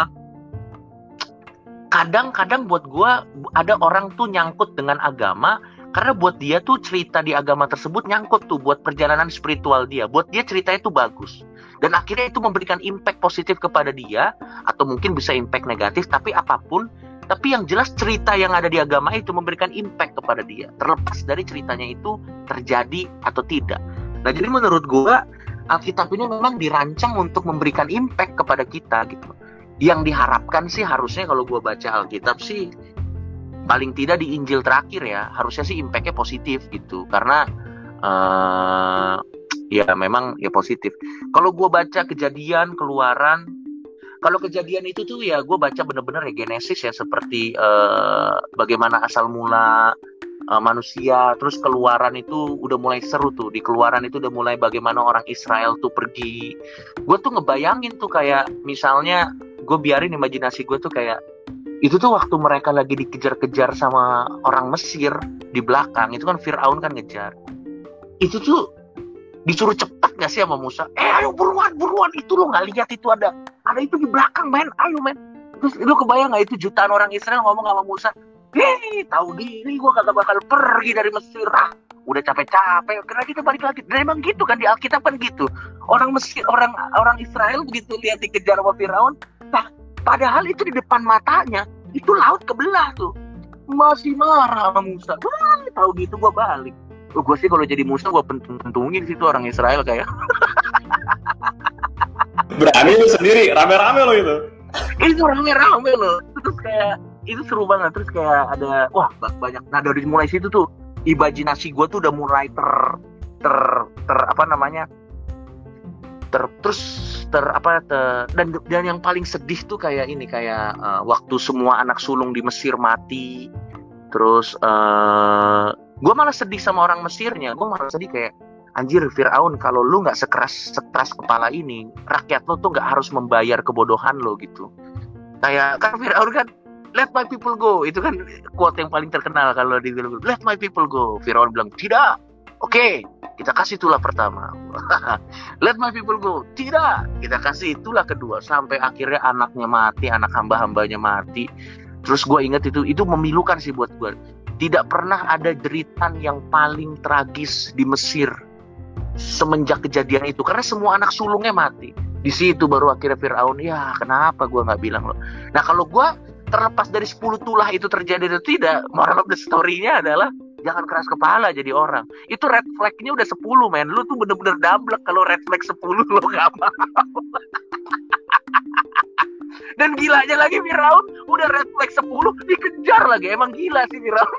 kadang-kadang buat gue ada orang tuh nyangkut dengan agama karena buat dia tuh cerita di agama tersebut nyangkut tuh buat perjalanan spiritual dia, buat dia ceritanya itu bagus dan akhirnya itu memberikan impact positif kepada dia atau mungkin bisa impact negatif, tapi apapun, tapi yang jelas cerita yang ada di agama itu memberikan impact kepada dia terlepas dari ceritanya itu terjadi atau tidak. Nah, jadi menurut gue Alkitab ini memang dirancang untuk memberikan impact kepada kita gitu. Yang diharapkan sih harusnya kalau gue baca Alkitab sih paling tidak di Injil terakhir ya, harusnya sih impact-nya positif gitu. Karena ya memang ya positif. Kalau gue baca Kejadian, Keluaran, kalau Kejadian itu tuh ya gue baca bener-bener ya Genesis ya, seperti bagaimana asal mula manusia. Terus Keluaran itu udah mulai seru tuh. Di Keluaran itu udah mulai bagaimana orang Israel tuh pergi. Gue tuh ngebayangin tuh kayak misalnya, gue biarin imajinasi gue tuh kayak itu tuh waktu mereka lagi dikejar-kejar sama orang Mesir di belakang, itu kan Firaun kan ngejar. Itu tuh disuruh cepat gak sih sama Musa? Ayo buruan, itu lo nggak lihat itu ada itu di belakang, men, ayo men. Terus lu kebayang nggak itu jutaan orang Israel ngomong sama Musa, hei, tahu diri gue kagak bakal pergi dari Mesir, udah capek-capek, karena kita balik lagi. Dan emang gitu kan di Alkitab kan gitu. Orang Mesir, orang Israel begitu lihat dikejar sama Firaun, nah, padahal itu di depan matanya itu laut kebelah tuh. masih marah sama Musa. Wah, tahu gitu gue balik. Gue sih kalau jadi Musa gue pentung-pentungin situ orang Israel kayak. Berani lu sendiri, rame-rame lo itu. Itu rame-rame loh. Terus kayak itu seru banget. Terus kayak ada banyak. Nah dari mulai situ tuh imajinasi gue tuh udah mulai dan yang paling sedih tuh kayak ini waktu semua anak sulung di Mesir mati. Terus gue malah sedih sama orang Mesirnya. Gue malah sedih kayak anjir Firaun, kalau lu nggak sekeras kepala ini, rakyat lo tuh nggak harus membayar kebodohan lo gitu. Kayak kan Firaun kan let my people go, itu kan quote yang paling terkenal kalau di film let my people go. Firaun bilang tidak. Oke, kita kasih tulah pertama. Let my people go. Tidak, kita kasih tulah kedua. Sampai akhirnya anaknya mati, anak hamba-hambanya mati. Terus gue ingat itu memilukan sih buat gue. Tidak pernah ada jeritan yang paling tragis di Mesir semenjak kejadian itu. Karena semua anak sulungnya mati. Di situ baru akhirnya Firaun, ya kenapa gue gak bilang lo. Nah kalau gue terlepas dari 10 tulah itu terjadi atau tidak, moral of the story-nya adalah jangan keras kepala jadi orang. Itu red flag-nya udah 10 men. Lu tuh bener-bener dablek kalau red flag 10 lo gak mau. Dan gilanya lagi Firaun udah red flag 10 dikejar lagi. Emang gila sih Firaun.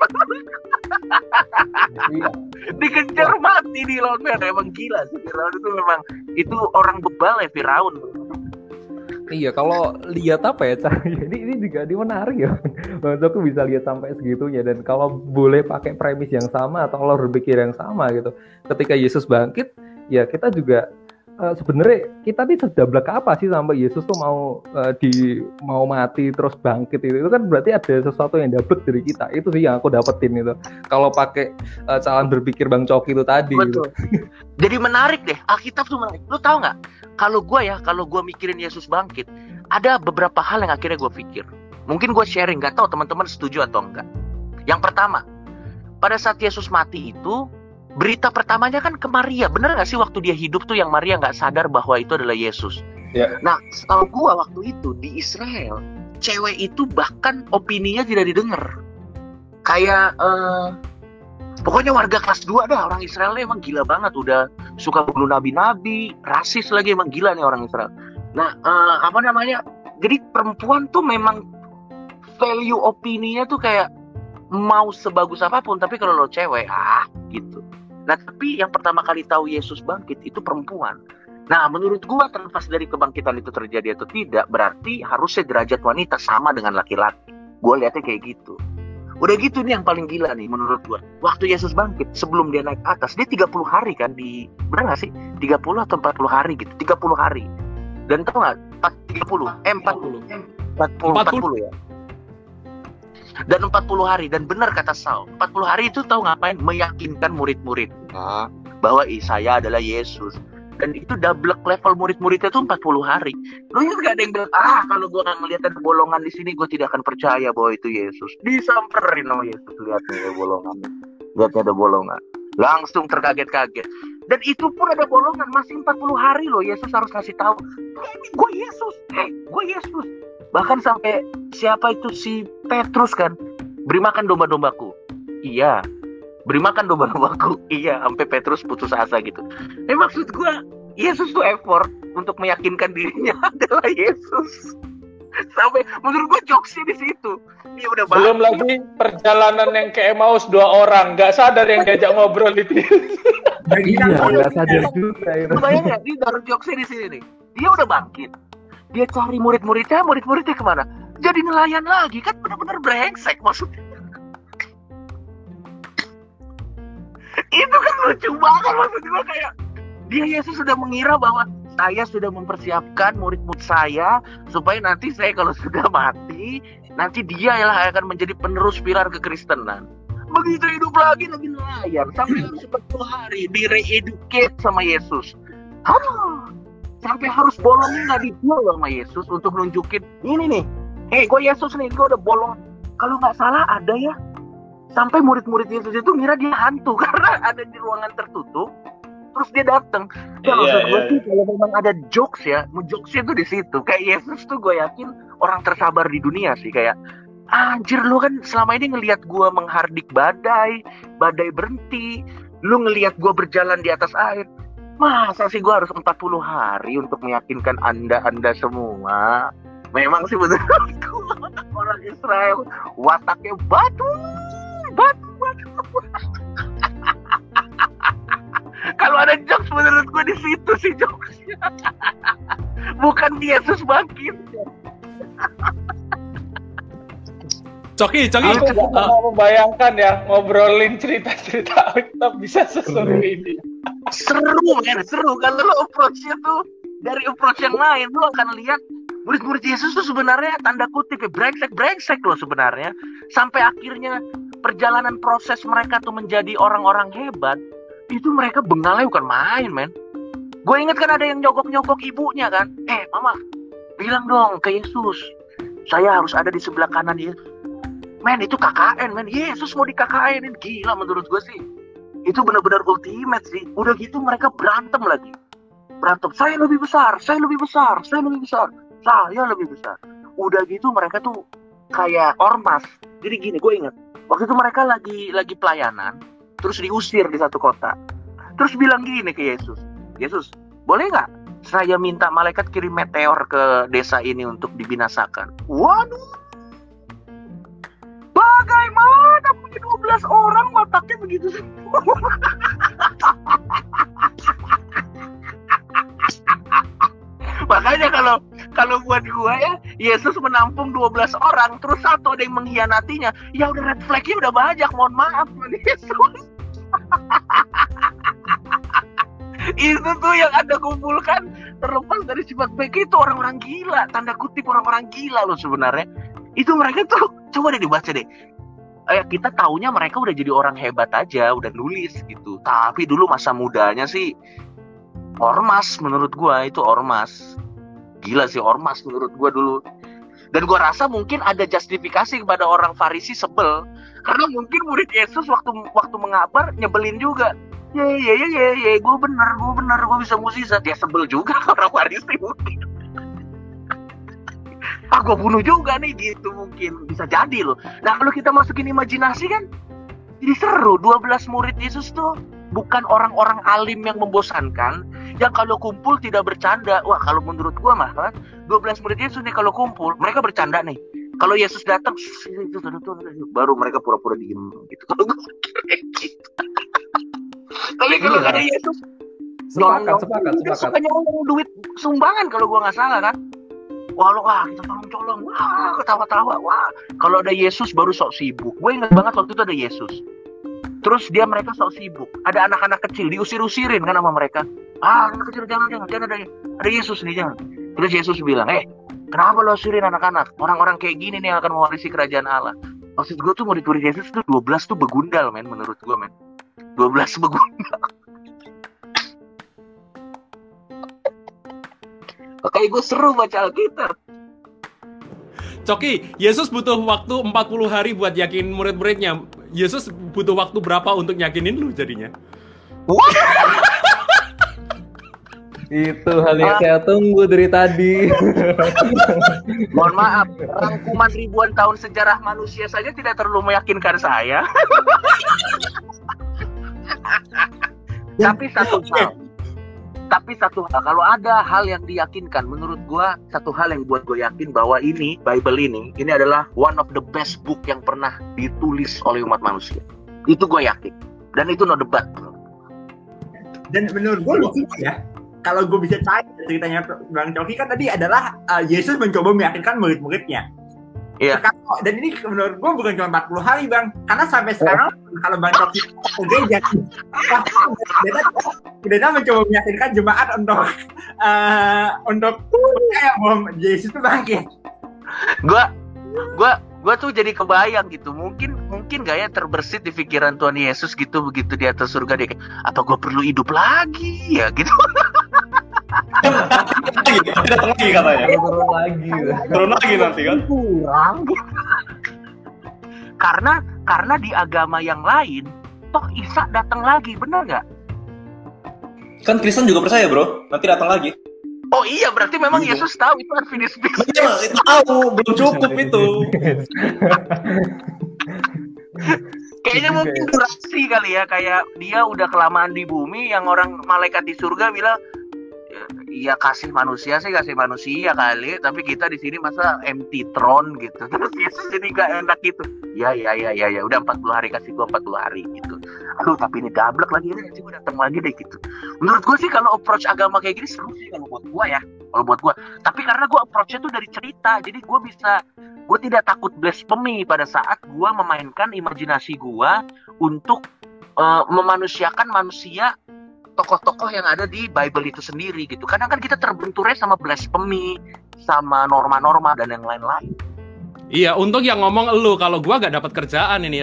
Dikejar mati di laut merah. Emang gila sih Firaun itu, memang itu orang bebal ya Firaun. Iya, kalau lihat apa ya, ini juga menarik ya. Bang Joko bisa lihat sampai segitunya, dan kalau boleh pakai premis yang sama atau alur berpikir yang sama gitu. Ketika Yesus bangkit, ya kita juga sebenarnya kita ini sedablek apa sih sampai Yesus tuh mau mati terus bangkit itu kan berarti ada sesuatu yang dapat dari kita. Itu sih yang aku dapetin itu. Kalau pakai cara berpikir Bang Coki itu tadi. Betul. Gitu. Jadi menarik deh. Alkitab tuh menarik. Lu tahu nggak? Kalau gue mikirin Yesus bangkit, ada beberapa hal yang akhirnya gue pikir. Mungkin gue sharing, nggak tahu teman-teman setuju atau enggak. Yang pertama, pada saat Yesus mati itu, berita pertamanya kan ke Maria. Bener nggak sih waktu dia hidup tuh yang Maria nggak sadar bahwa itu adalah Yesus? Yeah. Nah, setahu gue waktu itu di Israel, cewek itu bahkan opininya tidak didengar. Kayak pokoknya warga kelas 2 dah, orang Israel emang gila banget, udah suka bunuh nabi-nabi, rasis lagi, emang gila nih orang Israel. Nah, jadi perempuan tuh memang value opininya tuh kayak mau sebagus apapun, tapi kalau lo cewek, gitu. Nah, tapi yang pertama kali tahu Yesus bangkit itu perempuan. Nah, menurut gua terlepas dari kebangkitan itu terjadi atau tidak, berarti harusnya derajat wanita sama dengan laki-laki. Gua lihatnya kayak gitu. Udah gitu nih yang paling gila nih menurut gue. Waktu Yesus bangkit, sebelum dia naik atas, dia 30 hari kan benar nggak sih? 30 atau 40 hari gitu, 30 hari. Dan tau nggak? 40 ya. Dan 40 hari, dan benar kata Saul, 40 hari itu tahu ngapain? Meyakinkan murid-murid bahwa saya adalah Yesus. Dan itu double level murid-muridnya tuh 40 hari. Lu nggak ada yang bilang, kalau gue nggak melihat ada bolongan di sini, gue tidak akan percaya bahwa itu Yesus. Disamperin sama Yesus, lihat nih ada bolongan. Lihatnya ada bolongan. Langsung terkaget-kaget. Dan itu pun ada bolongan, masih 40 hari loh. Yesus harus kasih tahu, gue Yesus, gue Yesus. Bahkan sampai siapa itu si Petrus kan, beri makan domba-dombaku. Iya. Beri makan domba-dombaku. Iya, sampai Petrus putus asa gitu. Maksud gue, Yesus tuh effort untuk meyakinkan dirinya adalah Yesus. Sampai menurut gue jokesnya di situ. Dia udah belum lagi perjalanan yang ke Emmaus 2 orang, nggak sadar yang diajak ngobrol itu. Iya, nggak sadar juga itu. Bayang nggak? Ini taruh jokesnya di sini nih. Dia udah bangkit. Dia cari murid-muridnya kemana? Jadi nelayan lagi, kan benar-benar brengsek maksudnya. Itu kan lucu banget, maksud gue kayak dia Yesus sudah mengira bahwa saya sudah mempersiapkan murid-murid saya supaya nanti saya kalau sudah mati, nanti dia yang akan menjadi penerus pilar kekristenan. Begitu hidup lagi nelayan sampai 40 hari di-re-educate sama Yesus. Sampai harus bolongnya nggak dijual sama Yesus untuk nunjukin ini nih, gue Yesus nih, gue udah bolong. Kalau nggak salah ada ya, sampai murid-murid Yesus itu ngira dia hantu karena ada di ruangan tertutup. Terus dia datang. Maksud gue sih kalau memang ada jokesnya itu di situ. Kayak Yesus tuh gue yakin orang tersabar di dunia sih. Kayak Anjir, lu kan selama ini ngelihat gue menghardik badai berhenti, lu ngelihat gue berjalan di atas air. Masa sih gue harus 40 hari untuk meyakinkan anda semua? Memang sih betul orang Israel wataknya batu. Kalau ada jokes menurut gue di situ sih jokesnya. Bukan Yesus bangkit. Coki. Aku mau membayangkan ya ngobrolin cerita-cerita Alkitab bisa seseru ini. Seru kalau lo approach-nya tuh dari approach yang lain, lo akan lihat murid-murid Yesus tuh sebenarnya tanda kutip ya brengsek lo sebenarnya, sampai akhirnya perjalanan proses mereka tuh menjadi orang-orang hebat itu mereka bengalnya bukan main, men. Gue inget kan ada yang nyogok ibunya kan, mama bilang dong ke Yesus saya harus ada di sebelah kanan Yesus. Men, itu KKN, men. Yesus mau di KKN-in, gila menurut gue sih. Itu benar-benar ultimate sih. Udah gitu mereka berantem lagi. Saya lebih besar. Udah gitu mereka tuh kayak ormas. Jadi gini, gue ingat. Waktu itu mereka lagi pelayanan, terus diusir di satu kota. Terus bilang gini ke Yesus. Yesus, boleh nggak saya minta malaikat kirim meteor ke desa ini untuk dibinasakan? Waduh. Bagaimana punya 12 orang wataknya begitu semua? Makanya kalau buat gua ya, Yesus menampung 12 orang, terus satu ada yang mengkhianatinya, ya udah red flag-nya udah banyak, mohon maaf Yesus. Itu tuh yang Anda kumpulkan terlepas dari sifat baik itu orang-orang gila, tanda kutip orang-orang gila loh sebenarnya. Itu mereka tuh, coba deh dibaca deh. Kita taunya mereka udah jadi orang hebat aja, udah nulis gitu. Tapi dulu masa mudanya sih ormas, menurut gua itu ormas. Gila sih ormas menurut gua dulu. Dan gua rasa mungkin ada justifikasi kepada orang Farisi sebel, karena mungkin murid Yesus waktu mengabar nyebelin juga. Gue bener, gue bisa mukjizat. Ya sebel juga orang Farisi mungkin. Gue bunuh juga nih gitu, mungkin bisa jadi loh. Nah kalau kita masukin imajinasi kan jadi seru. 12 murid Yesus tuh bukan orang-orang alim yang membosankan, yang kalau kumpul tidak bercanda. Wah, kalau menurut gua mah 12 murid Yesus nih kalau kumpul mereka bercanda nih. Kalau Yesus datang baru mereka pura-pura diem gitu. Kalau gua gitu. Tapi kalau ada Yesus sepakat. Suka nyolong duit sumbangan kalau gua nggak salah kan. Wah kita colong, wah ketawa-tawa, wah. Kalau ada Yesus baru sok sibuk. Gue ingat banget waktu itu ada Yesus. Terus mereka sok sibuk. Ada anak-anak kecil diusir-usirin kan sama mereka. Anak kecil jangan ada Yesus nih jangan. Terus Yesus bilang, kenapa lo usirin anak-anak? Orang-orang kayak gini nih yang akan mewarisi kerajaan Allah. Maksud gue tuh murid-murid Yesus tuh 12 tuh begundal, men, menurut gue, men. 12 begundal. Kayak gue seru baca Alkitab. Coki, Yesus butuh waktu 40 hari buat yakin murid-muridnya. Yesus butuh waktu berapa untuk yakinin lu jadinya? Itu hal yang saya tunggu dari tadi. Mohon maaf, rangkuman ribuan tahun sejarah manusia saja tidak terlalu meyakinkan saya. Tapi satu hal, kalau ada hal yang diyakinkan, menurut gua satu hal yang buat gue yakin bahwa Bible ini adalah one of the best book yang pernah ditulis oleh umat manusia. Itu gue yakin. Dan itu no debat. Dan menurut gue lucu ya, kalau gue bisa tanya ceritanya Bang Coki kan tadi adalah Yesus mencoba meyakinkan murid-muridnya. Iya. Dan ini menurut gue bukan cuma 40 hari Bang, karena sampai sekarang kalau Bang Coki gereja kita mencoba meyakinkan jemaat untuk percaya bahwa Yesus itu bangkit. Gua tuh jadi kebayang gitu, mungkin gak ya terbersit di pikiran Tuhan Yesus gitu, begitu di atas surga dia kayak, apa gue perlu hidup lagi ya gitu. Datang lagi katanya. Turun lagi nanti kan. Kurang gitu. Karena di agama yang lain toh Isa datang lagi, benar nggak? Kan Kristen juga percaya bro, nanti datang lagi. Oh iya, berarti memang Yesus tahu itu unfinished business. Betul, tahu, belum cukup itu. Kayaknya mungkin durasi kali ya, kayak dia udah kelamaan di bumi, yang orang malaikat di surga bilang, ya kasih manusia kali, tapi kita di sini masa empty throne gitu. Terus Yesus jadi gak enak gitu. Ya, udah 40 hari, kasih gua 40 hari gitu. Aduh, tapi ini gablek lagi, ini nanti gua datang lagi deh gitu. Menurut gua sih kalau approach agama kayak gini seru sih kalau buat gua ya. Kalau buat gua. Tapi karena gua approach-nya tuh dari cerita, jadi gua tidak takut blasphemy pada saat gua memainkan imajinasi gua untuk memanusiakan manusia, tokoh-tokoh yang ada di Bible itu sendiri gitu. Kadang kan kita terbenturnya sama blasphemy, sama norma-norma dan yang lain-lain. Iya, untung yang ngomong elu, kalau gua gak dapat kerjaan ini,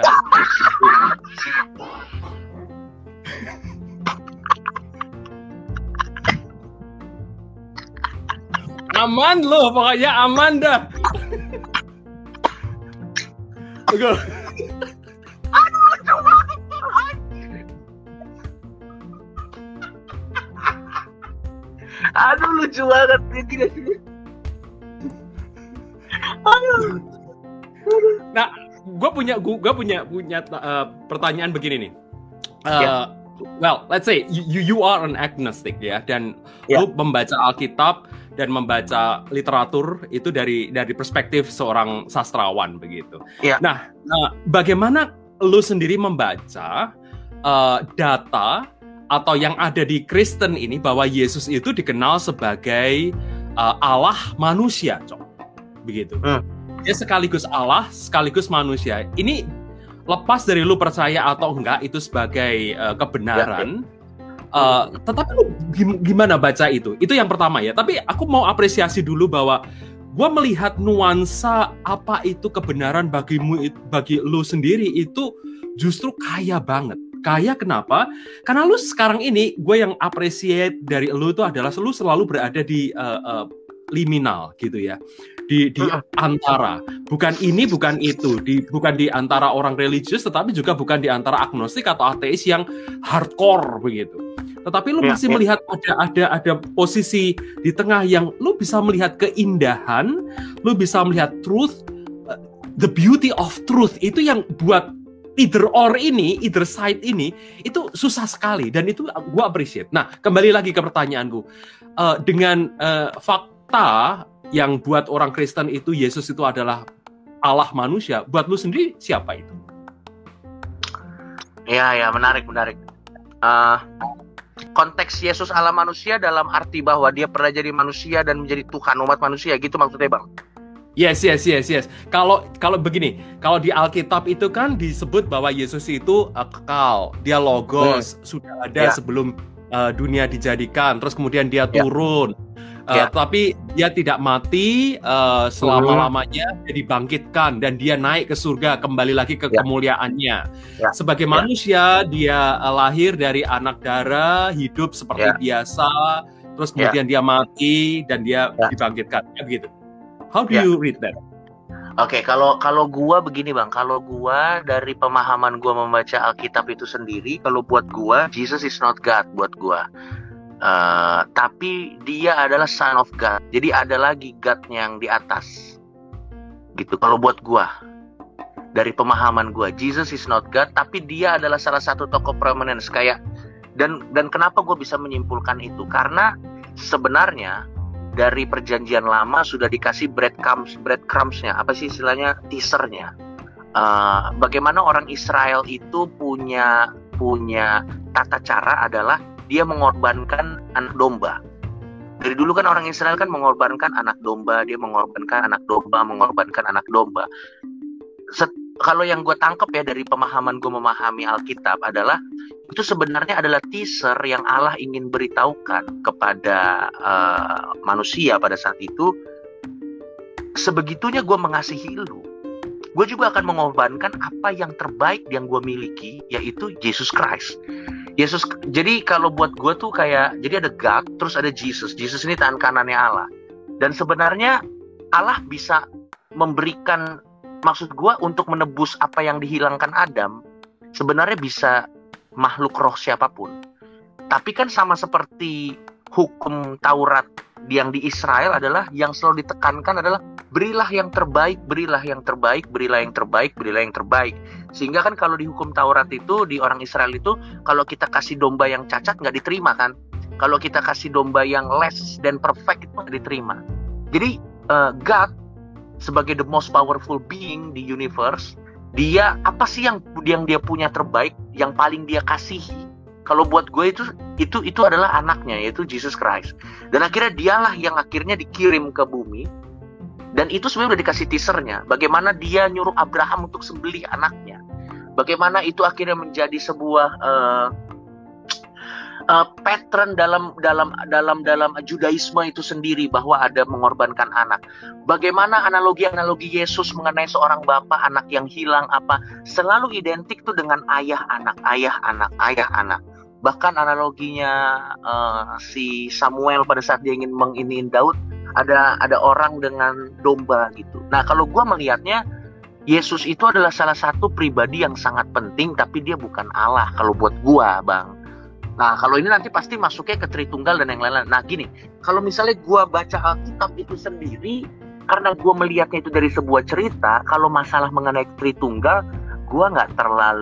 Aman loh, pokoknya aman dah. Aduh, lucu banget ini. Nah, gue punya pertanyaan begini nih. Well, let's say you are an agnostic ya, dan lu membaca Alkitab dan membaca literatur itu dari perspektif seorang sastrawan begitu. Nah, bagaimana lu sendiri membaca data atau yang ada di Kristen ini bahwa Yesus itu dikenal sebagai Allah manusia, begitu. Dia sekaligus Allah, sekaligus manusia. Ini lepas dari lu percaya atau enggak itu sebagai kebenaran. Tetapi lu gimana baca itu? Itu yang pertama ya. Tapi aku mau apresiasi dulu bahwa gua melihat nuansa apa itu kebenaran bagimu, bagi lu sendiri itu justru kaya banget. Kaya kenapa? Karena lu sekarang ini, gue yang appreciate dari lu itu adalah lu selalu berada di liminal gitu ya, di antara, bukan ini bukan itu, bukan di antara orang religius, tetapi juga bukan di antara agnostik atau ateis yang hardcore begitu. Tetapi lu masih melihat ada posisi di tengah yang lu bisa melihat keindahan, lu bisa melihat truth, the beauty of truth. Itu yang buat either side ini itu susah sekali, dan itu gue appreciate. Nah, kembali lagi ke pertanyaanku, dengan fakta yang buat orang Kristen itu Yesus itu adalah Allah manusia, buat lu sendiri siapa itu? Ya, menarik. Konteks Yesus Allah manusia dalam arti bahwa dia pernah jadi manusia dan menjadi Tuhan umat manusia, gitu maksudnya, Bang? Yes. Kalau begini, kalau di Alkitab itu kan disebut bahwa Yesus itu kekal, dia logos, sudah ada sebelum dunia dijadikan, terus kemudian dia turun, tapi dia tidak mati selama-lamanya, dia dibangkitkan dan dia naik ke surga, kembali lagi ke kemuliaannya. Sebagai manusia, dia lahir dari anak darah, hidup seperti biasa, terus kemudian dia mati dan dia dibangkitkan, begitu. How do you read that? Oke, kalau gua begini, Bang. Kalau gua dari pemahaman gua membaca Alkitab itu sendiri, kalau buat gua Jesus is not God buat gua. Tapi dia adalah Son of God. Jadi ada lagi God yang di atas. Gitu kalau buat gua. Dari pemahaman gua, Jesus is not God, tapi dia adalah salah satu tokoh prominence kayak, dan kenapa gua bisa menyimpulkan itu? Karena sebenarnya dari perjanjian lama sudah dikasih breadcrumbs-nya, apa sih istilahnya, teasernya. Bagaimana orang Israel itu punya tata cara adalah dia mengorbankan anak domba. Dari dulu kan orang Israel kan mengorbankan anak domba, mengorbankan anak domba. Kalau yang gue tangkap ya dari pemahaman gue memahami Alkitab adalah itu sebenarnya adalah teaser yang Allah ingin beritahukan kepada manusia pada saat itu. Sebegitunya gue mengasihi lu, gue juga akan mengorbankan apa yang terbaik yang gue miliki, yaitu Yesus Christ. Jadi kalau buat gue tuh kayak, jadi ada God, terus ada Jesus. Jesus ini tangan kanannya Allah. Dan sebenarnya Allah bisa memberikan, maksud gue untuk menebus apa yang dihilangkan Adam, sebenarnya bisa makhluk roh siapapun. Tapi kan sama seperti hukum Taurat yang di Israel adalah yang selalu ditekankan adalah berilah yang terbaik, berilah yang terbaik, berilah yang terbaik, berilah yang terbaik. Sehingga kan kalau di hukum Taurat itu, di orang Israel itu, kalau kita kasih domba yang cacat nggak diterima kan. Kalau kita kasih domba yang less dan perfect itu nggak diterima. Jadi God sebagai the most powerful being di universe, dia apa sih yang dia punya terbaik, yang paling dia kasihi? Kalau buat gue itu adalah anaknya, yaitu Jesus Christ. Dan akhirnya dialah yang akhirnya dikirim ke bumi. Dan itu sebenarnya udah dikasih teasernya. Bagaimana dia nyuruh Abraham untuk sembelih anaknya. Bagaimana itu akhirnya menjadi sebuah pattern dalam Judaisme itu sendiri, bahwa ada mengorbankan anak. Bagaimana analogi Yesus mengenai seorang bapak anak yang hilang selalu identik tuh dengan ayah anak. Bahkan analoginya si Samuel pada saat dia ingin menginiin Daud, ada orang dengan domba gitu. Nah, kalau gue melihatnya Yesus itu adalah salah satu pribadi yang sangat penting, tapi dia bukan Allah kalau buat gue, Bang. Nah, kalau ini nanti pasti masuknya ke Tritunggal dan yang lain-lain. Nah, gini, kalau misalnya gue baca Alkitab itu sendiri, karena gue melihatnya itu dari sebuah cerita, kalau masalah mengenai Tritunggal, gue nggak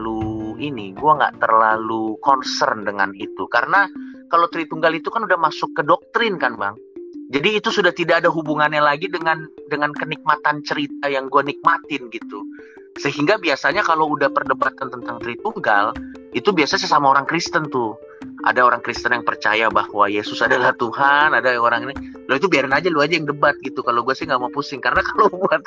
terlalu concern dengan itu. Karena kalau Tritunggal itu kan udah masuk ke doktrin kan, Bang. Jadi itu sudah tidak ada hubungannya lagi dengan kenikmatan cerita yang gue nikmatin gitu. Sehingga biasanya kalau udah perdebatan tentang Tritunggal, itu biasanya sesama orang Kristen tuh. Ada orang Kristen yang percaya bahwa Yesus adalah Tuhan, ada orang ini. Lo itu biarin aja, lu aja yang debat gitu. Kalau gue sih nggak mau pusing, karena kalau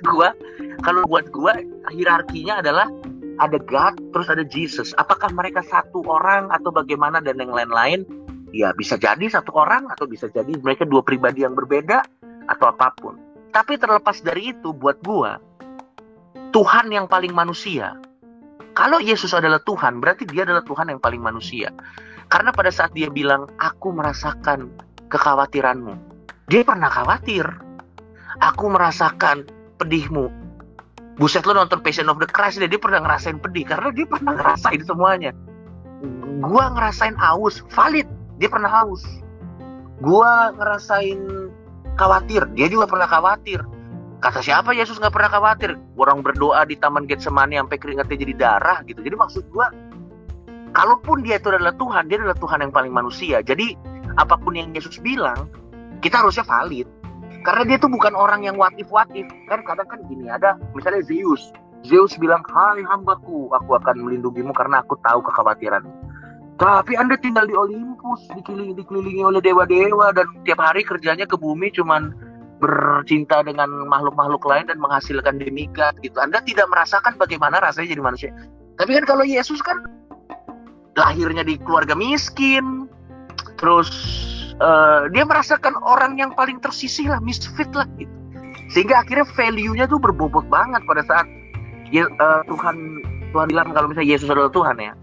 buat gue hierarkinya adalah ada God, terus ada Jesus. Apakah mereka satu orang atau bagaimana dan yang lain-lain? Ya bisa jadi satu orang atau bisa jadi mereka dua pribadi yang berbeda atau apapun. Tapi terlepas dari itu, buat gua Tuhan yang paling manusia. Kalau Yesus adalah Tuhan, berarti dia adalah Tuhan yang paling manusia. Karena pada saat dia bilang, aku merasakan kekhawatiranmu, dia pernah khawatir. Aku merasakan pedihmu. Buset, lo nonton Passion of the Christ, dia pernah ngerasain pedih karena dia pernah ngerasain semuanya. Gua ngerasain haus, valid, dia pernah haus. Gua ngerasain khawatir, dia juga pernah khawatir. Kata siapa Yesus nggak pernah khawatir? Orang berdoa di Taman Getsemani sampai keringatnya jadi darah gitu. Jadi maksud gua, kalaupun dia itu adalah Tuhan, dia adalah Tuhan yang paling manusia. Jadi apapun yang Yesus bilang, kita harusnya valid. Karena dia tuh bukan orang yang what if. Kan kadang kan gini, ada misalnya Zeus bilang, hai hambaku, aku akan melindungimu karena aku tahu kekhawatiran. Tapi Anda tinggal di Olympus, dikelilingi oleh dewa-dewa, dan tiap hari kerjanya ke bumi cuman bercinta dengan makhluk-makhluk lain dan menghasilkan demigod gitu. Anda tidak merasakan bagaimana rasanya jadi manusia. Tapi kan kalau Yesus kan lahirnya di keluarga miskin, terus dia merasakan orang yang paling tersisih lah, misfit lah gitu. Sehingga akhirnya value-nya tuh berbobot banget pada saat Tuhan bilang kalau misalnya Yesus adalah Tuhan ya.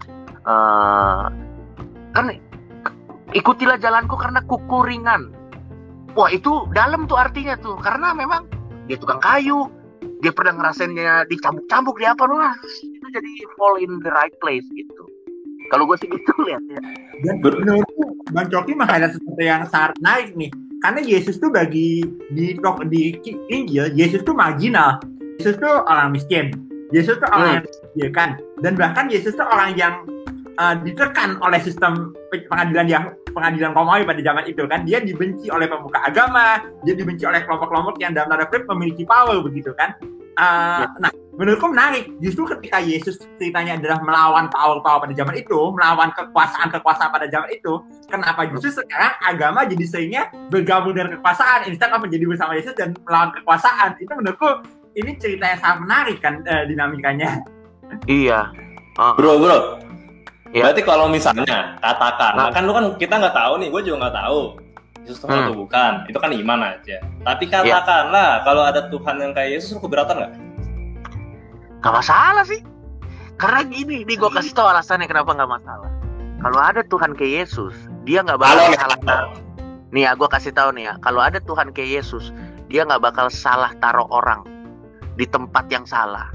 Kan ikutilah jalanku karena kuku ringan. Wah, itu dalam tuh artinya tuh, karena memang dia tukang kayu, dia pernah ngerasainnya dicambuk-cambuk di apa, wah itu jadi fall in the right place gitu. Kalau gue sih gitu lihat ya. Dan menurutku Bang Coki makanya sesuatu yang sangat naik nih, karena Yesus tuh di Injil, Yesus tuh marginal, Yesus tuh orang miskin, Yesus tuh orang yang disediakan, dan bahkan Yesus tuh orang yang ditekan oleh sistem pengadilan Romawi pada zaman itu kan. Dia dibenci oleh pemuka agama, dia dibenci oleh kelompok-kelompok yang dalam tanda kutip memiliki power begitu kan. Nah, menurutku menarik justru ketika Yesus ceritanya adalah melawan power pada zaman itu, melawan kekuasaan pada zaman itu. Kenapa justru sekarang agama jadi seringnya bergabung dengan kekuasaan instead of menjadi bersama Yesus dan melawan kekuasaan? Itu menurutku ini cerita yang sangat menarik kan, dinamikanya. Iya. Bro. Ya. Berarti kalau misalnya katakan, kan lu kan kita nggak tahu nih, gue juga nggak tahu Yesus Tuhan atau bukan, itu kan iman aja. Tapi katakanlah kalau ada Tuhan yang kayak Yesus, lu keberatan nggak? Nggak masalah sih, karena gini, gue kasih tau alasannya kenapa nggak masalah. Kalau ada Tuhan kayak Yesus, dia nggak bakal salah. Nih ya, gue kasih tahu nih ya, kalau ada Tuhan kayak Yesus, dia nggak bakal salah taruh orang di tempat yang salah.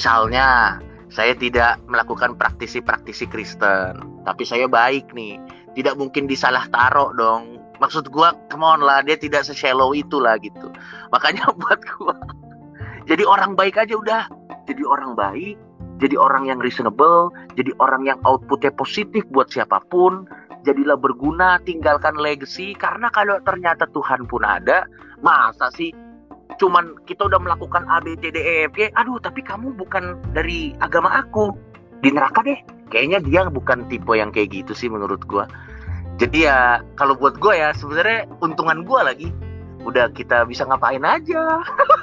Misalnya, saya tidak melakukan praktisi Kristen, tapi saya baik nih. tidak mungkin disalah taruh dong. Maksud gue, come on lah, dia tidak se-shallow itu lah gitu. Makanya buat gue, jadi orang baik aja udah. Jadi orang baik, jadi orang yang reasonable, jadi orang yang outputnya positif buat siapapun. Jadilah berguna, tinggalkan legacy. Karena kalau ternyata Tuhan pun ada, masa sih cuman kita udah melakukan A, B, C, D, E, F, G, aduh tapi kamu bukan dari agama aku, di neraka deh. Kayaknya dia bukan tipe yang kayak gitu sih menurut gue. Jadi ya kalau buat gue ya sebenarnya untungan gue lagi, udah kita bisa ngapain aja.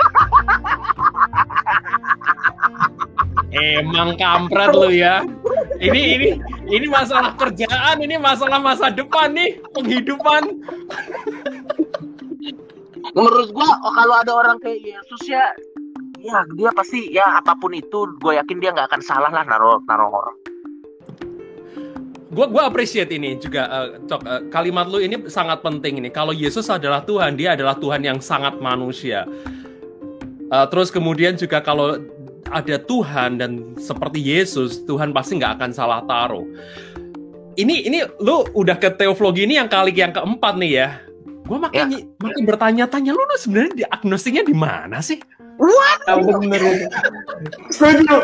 Emang kampret lu ya. Ini masalah kerjaan, ini masalah masa depan nih, penghidupan. Menurut gua, kalau ada orang kayak Yesus ya dia pasti ya apapun itu, gue yakin dia nggak akan salah lah naruh orang. Gue appreciate ini juga, Cok. Kalimat lu ini sangat penting ini. Kalau Yesus adalah Tuhan, dia adalah Tuhan yang sangat manusia. Terus kemudian juga kalau ada Tuhan dan seperti Yesus, Tuhan pasti nggak akan salah taruh. Ini lu udah ke teologi ini yang kali yang keempat nih ya. Gue makin bertanya-tanya, lu sebenarnya agnostiknya di mana sih? What? Bener. Setuju.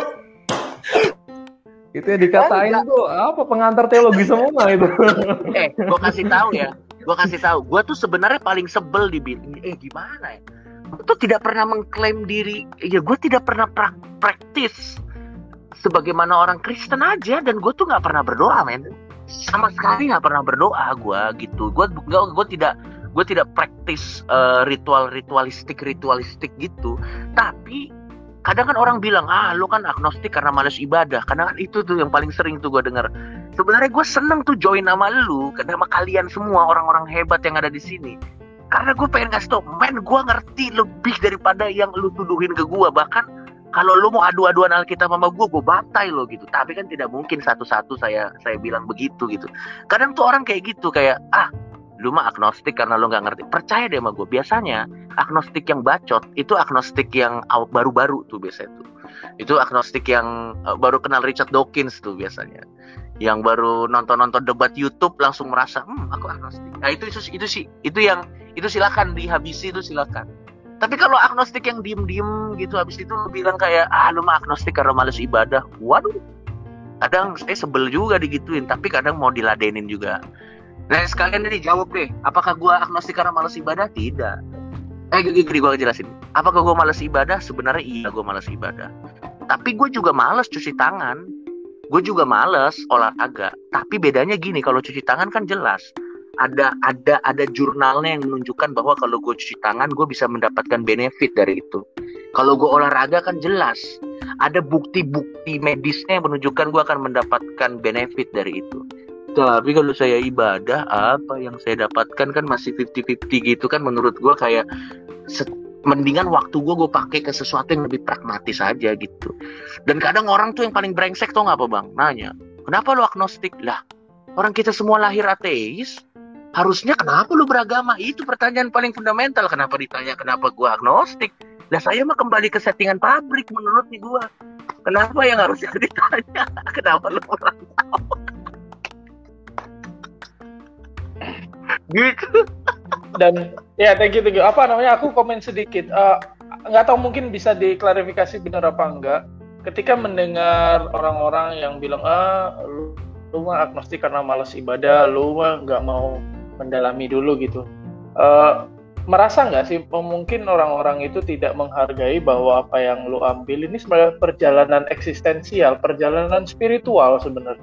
Itu ya dikatain tuh apa pengantar teologi semua itu. Gue kasih tahu. Gue tuh sebenarnya paling sebel di gimana ya? Gue tuh tidak pernah mengklaim diri, gue tidak pernah praktis sebagaimana orang Kristen aja, dan gue tuh nggak pernah berdoa, men. Sama sekali nggak pernah berdoa gue gitu. Gue tidak praktis ritualistik gitu. Tapi kadang kan orang bilang, lu kan agnostik karena malas ibadah. Kadang kan itu tuh yang paling sering tuh gue dengar. Sebenarnya gue seneng tuh join sama lu, sama kalian semua orang-orang hebat yang ada di sini. Karena gue pengen kasih tau, men, gue ngerti lebih daripada yang lu tuduhin ke gue. Bahkan kalau lu mau adu-aduan Alkitab sama gue bantai lo gitu. Tapi kan tidak mungkin satu-satu saya bilang begitu gitu. Kadang tuh orang kayak gitu, kayak lu mah agnostik karena lu nggak ngerti. Percaya deh sama gue, biasanya agnostik yang bacot itu agnostik yang baru-baru tuh biasanya tuh. Itu agnostik yang baru kenal Richard Dawkins tuh biasanya. Yang baru nonton debat YouTube langsung merasa, aku agnostik. Nah itu silakan dihabisi, itu silakan. Tapi kalau agnostik yang diem-diem gitu, habis itu lu bilang kayak, lu mah agnostik karena males ibadah. Waduh, kadang saya sebel juga digituin, tapi kadang mau diladenin juga. Nah sekalian ini jawab deh, apakah gue agnostik karena males ibadah? Tidak. Gini gue jelasin. Apakah gue males ibadah? Sebenarnya iya, gue males ibadah. Tapi gue juga males cuci tangan. Gue juga males olahraga. Tapi bedanya gini, kalau cuci tangan kan jelas. Ada jurnalnya yang menunjukkan bahwa kalau gue cuci tangan, gue bisa mendapatkan benefit dari itu. Kalau gue olahraga kan jelas. Ada bukti-bukti medisnya yang menunjukkan gue akan mendapatkan benefit dari itu. Tapi kalau saya ibadah, apa yang saya dapatkan kan masih 50-50 gitu kan. Menurut gue kayak mendingan waktu gue pakai ke sesuatu yang lebih pragmatis aja gitu. Dan kadang orang tuh yang paling brengsek tuh nggak apa bang? Nanya, kenapa lu agnostik? Lah, orang kita semua lahir ateis. Harusnya kenapa lu beragama? Itu pertanyaan paling fundamental. Kenapa ditanya kenapa gue agnostik? Lah saya mah kembali ke settingan pabrik menurut nih gue. Kenapa yang harusnya ditanya? Kenapa lu orang tahu? Gitu. Dan ya thank you. Apa namanya, aku komen sedikit, nggak tahu mungkin bisa diklarifikasi benar apa enggak. Ketika mendengar orang-orang yang bilang lu mah agnostik karena malas ibadah, lu mah nggak mau mendalami dulu gitu, merasa nggak sih mungkin orang-orang itu tidak menghargai bahwa apa yang lu ambil ini sebenarnya perjalanan eksistensial, perjalanan spiritual sebenarnya?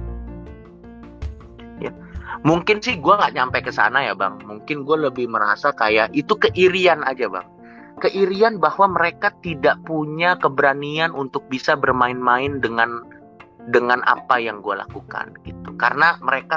Mungkin sih gue nggak nyampe ke sana ya bang. Mungkin gue lebih merasa kayak itu keirian aja bang. Keirian bahwa mereka tidak punya keberanian untuk bisa bermain-main dengan apa yang gue lakukan gitu. Karena mereka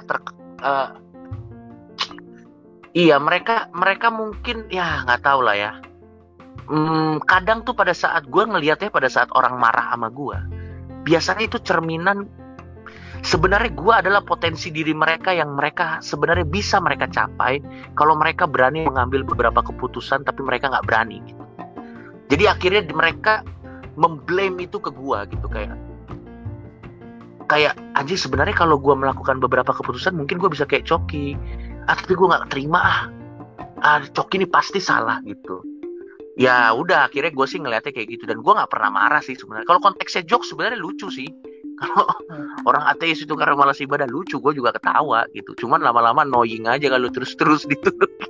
mereka mungkin ya nggak tahu lah ya. Kadang tuh pada saat gue ngelihatnya, pada saat orang marah sama gue, biasanya itu cerminan. Sebenarnya gue adalah potensi diri mereka yang mereka sebenarnya bisa mereka capai kalau mereka berani mengambil beberapa keputusan, tapi mereka nggak berani gitu. Jadi akhirnya mereka memblame itu ke gue gitu, kayak kayak anjir sebenarnya kalau gue melakukan beberapa keputusan mungkin gue bisa kayak Coki, tapi gue nggak terima Coki ini pasti salah gitu. Ya udah akhirnya gue sih ngeliatnya kayak gitu, dan gue nggak pernah marah sih sebenarnya. Kalau konteksnya jokes sebenarnya lucu sih. Kalau orang ateis itu karena malas ibadah lucu, gue juga ketawa gitu. Cuman lama-lama annoying aja kalau terus-terus gitu.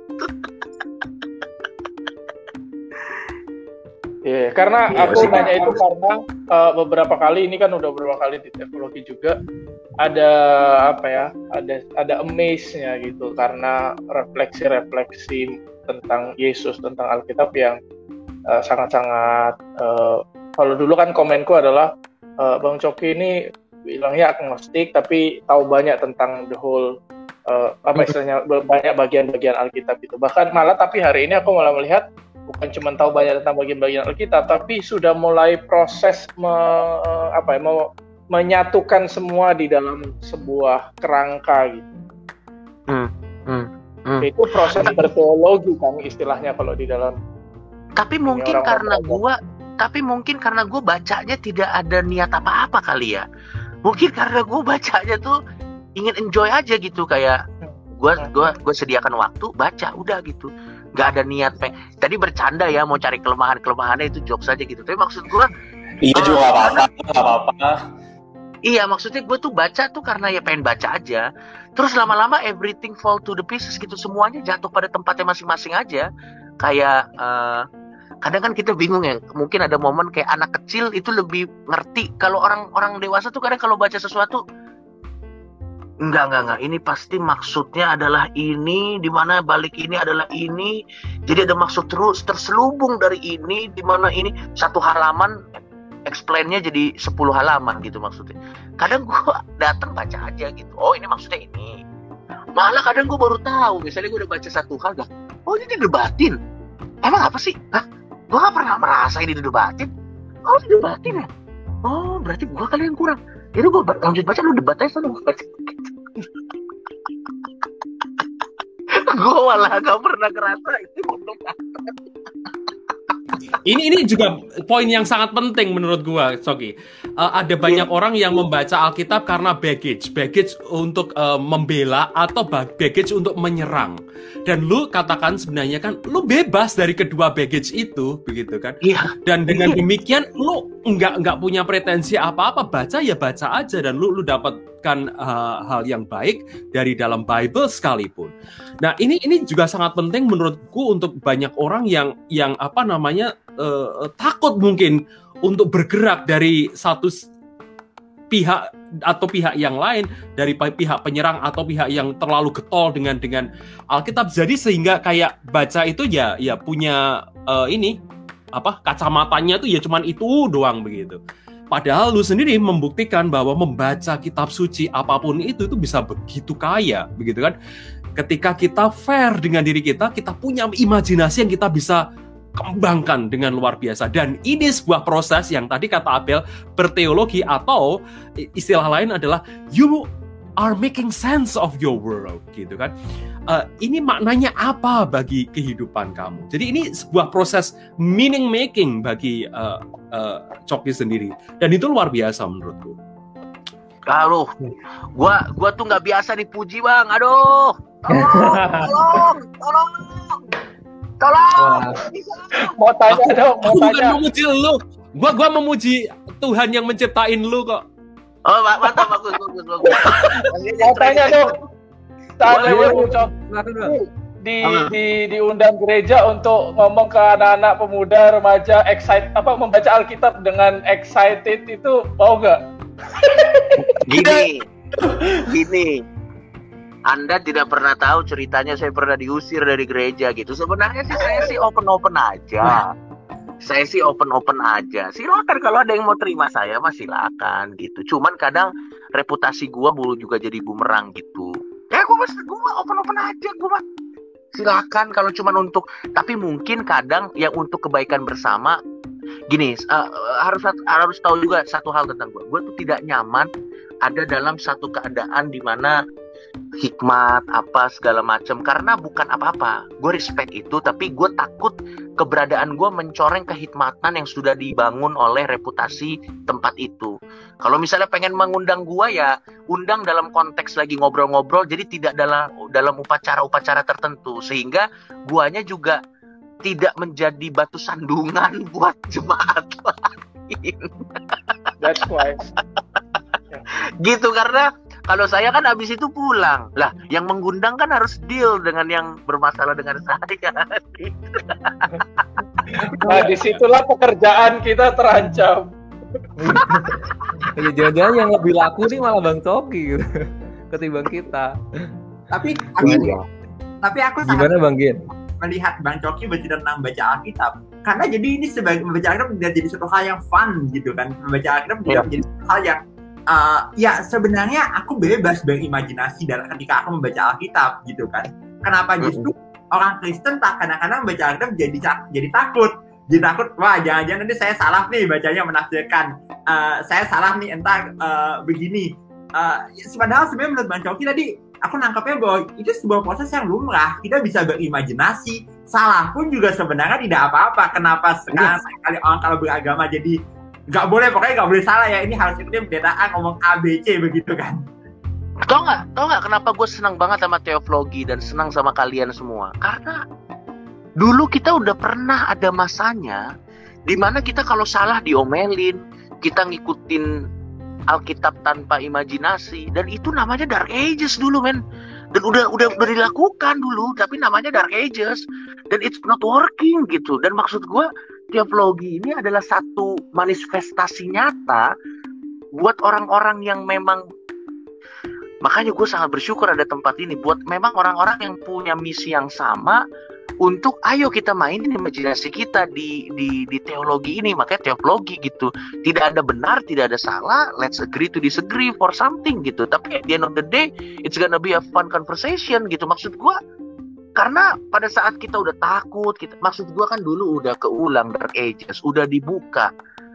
Iya, karena aku nanya itu karena beberapa kali ini kan udah beberapa kali di teknologi juga ada ada amaze-nya gitu, karena refleksi tentang Yesus, tentang Alkitab yang sangat-sangat kalau dulu kan komenku adalah Bang Coki ini bilangnya agnostik tapi tahu banyak tentang the whole istilahnya banyak bagian-bagian Alkitab itu. Bahkan malah tapi hari ini aku malah melihat bukan cuma tahu banyak tentang bagian-bagian Alkitab, tapi sudah mulai proses menyatukan semua di dalam sebuah kerangka gitu. Itu proses berteologi kan istilahnya kalau di dalam. Tapi mungkin karena gue bacanya tidak ada niat apa-apa kali ya. Mungkin karena gue bacanya tuh ingin enjoy aja gitu, kayak gue sediakan waktu baca udah gitu. Nggak ada niat tadi bercanda ya mau cari kelemahannya itu jokes aja gitu, tapi maksud gue juga apa-apa. Iya, maksudnya gue tuh baca tuh karena ya pengen baca aja, terus lama-lama everything fall to the pieces gitu, semuanya jatuh pada tempatnya masing-masing aja. Kayak kadang kan kita bingung ya, mungkin ada momen kayak anak kecil itu lebih ngerti. Kalau orang dewasa tuh kadang kalau baca sesuatu Enggak. Ini pasti maksudnya adalah ini, di mana balik ini adalah ini. Jadi ada maksud terus terselubung dari ini, di mana ini satu halaman explain-nya jadi 10 halaman gitu maksudnya. Kadang gue datang baca aja gitu. Oh, ini maksudnya ini. Malah kadang gue baru tahu, misalnya gue udah baca satu hal, oh ini didebatin. Emang apa sih? Gue gak pernah merasa ini didebatin. Oh, didebatin ya? Oh, berarti gue kali yang kurang. Jadi gue lanjut baca, lu debat aja sana. Gue malah gak pernah ngerasa itu belum. Ini juga poin yang sangat penting menurut gua, Coki. Ada banyak orang yang membaca Alkitab karena baggage untuk membela atau baggage untuk menyerang. Dan lu katakan sebenarnya kan lu bebas dari kedua baggage itu, begitu kan? Iya. Dan dengan demikian lu nggak punya pretensi apa-apa, baca ya baca aja, dan lu dapatkan hal yang baik dari dalam Bible sekalipun. Nah, ini juga sangat penting menurutku untuk banyak orang yang takut mungkin untuk bergerak dari satu pihak atau pihak yang lain, dari pihak penyerang atau pihak yang terlalu getol dengan Alkitab. Jadi sehingga kayak baca itu ya punya kacamatanya tuh ya cuman itu doang begitu. Padahal lu sendiri membuktikan bahwa membaca kitab suci apapun itu bisa begitu kaya, begitu kan? Ketika kita fair dengan diri kita punya imajinasi yang kita bisa kembangkan dengan luar biasa. Dan ini sebuah proses yang tadi kata Abel berteologi, atau istilah lain adalah you are making sense of your world, gitu kan. Ini maknanya apa bagi kehidupan kamu? Jadi ini sebuah proses meaning making bagi Coki sendiri, dan itu luar biasa menurutku. Aduh, gua tuh nggak biasa dipuji, Bang. Aduh, tolong. Mau tanya dong, Aku bukan memuji lu. Gua memuji Tuhan yang menciptain lu kok. Oh, mantap, bagus. Mau tanya dong. Diundang gereja untuk ngomong ke anak-anak pemuda, remaja, membaca Alkitab dengan excited itu mau gak? Gini. Anda tidak pernah tahu ceritanya saya pernah diusir dari gereja gitu. Sebenarnya saya sih open aja. Silakan kalau ada yang mau terima saya mah silakan gitu. Cuman kadang reputasi gua juga jadi bumerang gitu. Ya gua open aja gua. Silakan kalau cuman untuk, tapi mungkin kadang yang untuk kebaikan bersama. Gini, harus tahu juga satu hal tentang gua. Gua tuh tidak nyaman ada dalam satu keadaan di mana hikmat apa segala macam, karena bukan apa-apa. Gue respect itu, tapi gue takut keberadaan gue mencoreng kehikmatan yang sudah dibangun oleh reputasi tempat itu. Kalau misalnya pengen mengundang gue, ya undang dalam konteks lagi ngobrol-ngobrol, jadi tidak dalam upacara-upacara tertentu, sehingga guanya juga tidak menjadi batu sandungan buat jemaat lain. That's why. Gitu, karena kalau saya kan habis itu pulang. Lah, yang mengundang kan harus deal dengan yang bermasalah dengan saya. Nah, disitulah pekerjaan kita terancam. Ya, jangan-jangan yang lebih laku nih malah Bang Coki gitu, ketimbang kita. Tapi aku Gimana Bang Gin? Melihat Bang Coki bercerita tentang baca Alkitab, karena jadi ini sebagai membaca Alkitab tidak jadi satu hal yang fun gitu kan. Membaca Alkitab tidak menjadi satu hal yang ya sebenarnya aku bebas berimajinasi dalam ketika aku membaca Alkitab gitu kan. Kenapa justru orang Kristen tak kadang-kadang membaca Alkitab jadi takut. Jadi takut, wah jangan-jangan nanti saya salah nih bacanya menafsirkan, saya salah nih entar begini. Padahal sebenarnya menurut Bang Coki tadi aku nangkapnya bahwa itu sebuah proses yang lumrah. Kita bisa berimajinasi, salah pun juga sebenarnya tidak apa-apa. Kenapa sekarang sekali orang kalau beragama jadi nggak boleh, pokoknya nggak boleh salah ya, ini harus ikutin pendeta ngomong ABC begitu kan. Tau nggak kenapa gue senang banget sama teologi dan senang sama kalian semua? Karena dulu kita udah pernah ada masanya dimana kita kalau salah diomelin, kita ngikutin Alkitab tanpa imajinasi, dan itu namanya Dark Ages dulu, men. Dan udah dilakukan dulu, tapi namanya Dark Ages, dan it's not working gitu. Dan maksud gue, teologi ini adalah satu manifestasi nyata buat orang-orang yang memang, makanya gue sangat bersyukur ada tempat ini buat memang orang-orang yang punya misi yang sama untuk ayo kita mainin imajinasi kita di teologi ini. Makanya teologi gitu, tidak ada benar, tidak ada salah, let's agree to disagree for something gitu. Tapi at the end of the day it's gonna be a fun conversation gitu. Maksud gue, karena pada saat kita udah takut, maksud gue kan dulu udah keulang Dark Ages, udah dibuka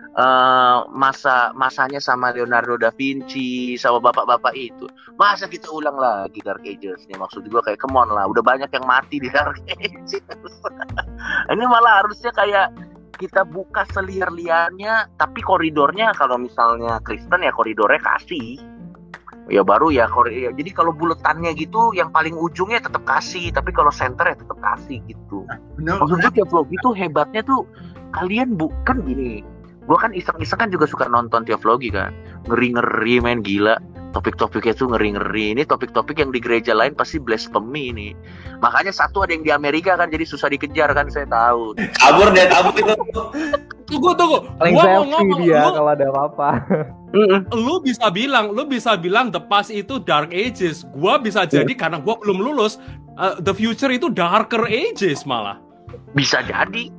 masanya sama Leonardo da Vinci, sama bapak-bapak itu. Masa kita ulang lagi Dark Ages nih? Maksud gue kayak come on lah, udah banyak yang mati di Dark Ages. Ini malah harusnya kayak kita buka seliar-liarnya, tapi koridornya kalau misalnya Kristen ya koridornya kasih. Ya baru ya, jadi kalau buletannya gitu yang paling ujungnya tetap kasih, tapi kalau center ya tetap kasih gitu. Maksudnya teologi tuh hebatnya tuh kalian bukan gini. Gue kan iseng-iseng kan juga suka nonton teologi kan, ngeri-ngeri main gila. Topik-topiknya tuh ngeri-ngeri. Ini topik-topik yang di gereja lain pasti blasphemy ini. Makanya satu ada yang di Amerika kan, jadi susah dikejar kan, saya tahu. Kabur itu. Tunggu. Paling selfie dia kalau ada apa-apa. Lu bisa bilang The Past itu Dark Ages. Gua bisa jadi karena gua belum lulus, The Future itu Darker Ages malah. Bisa jadi.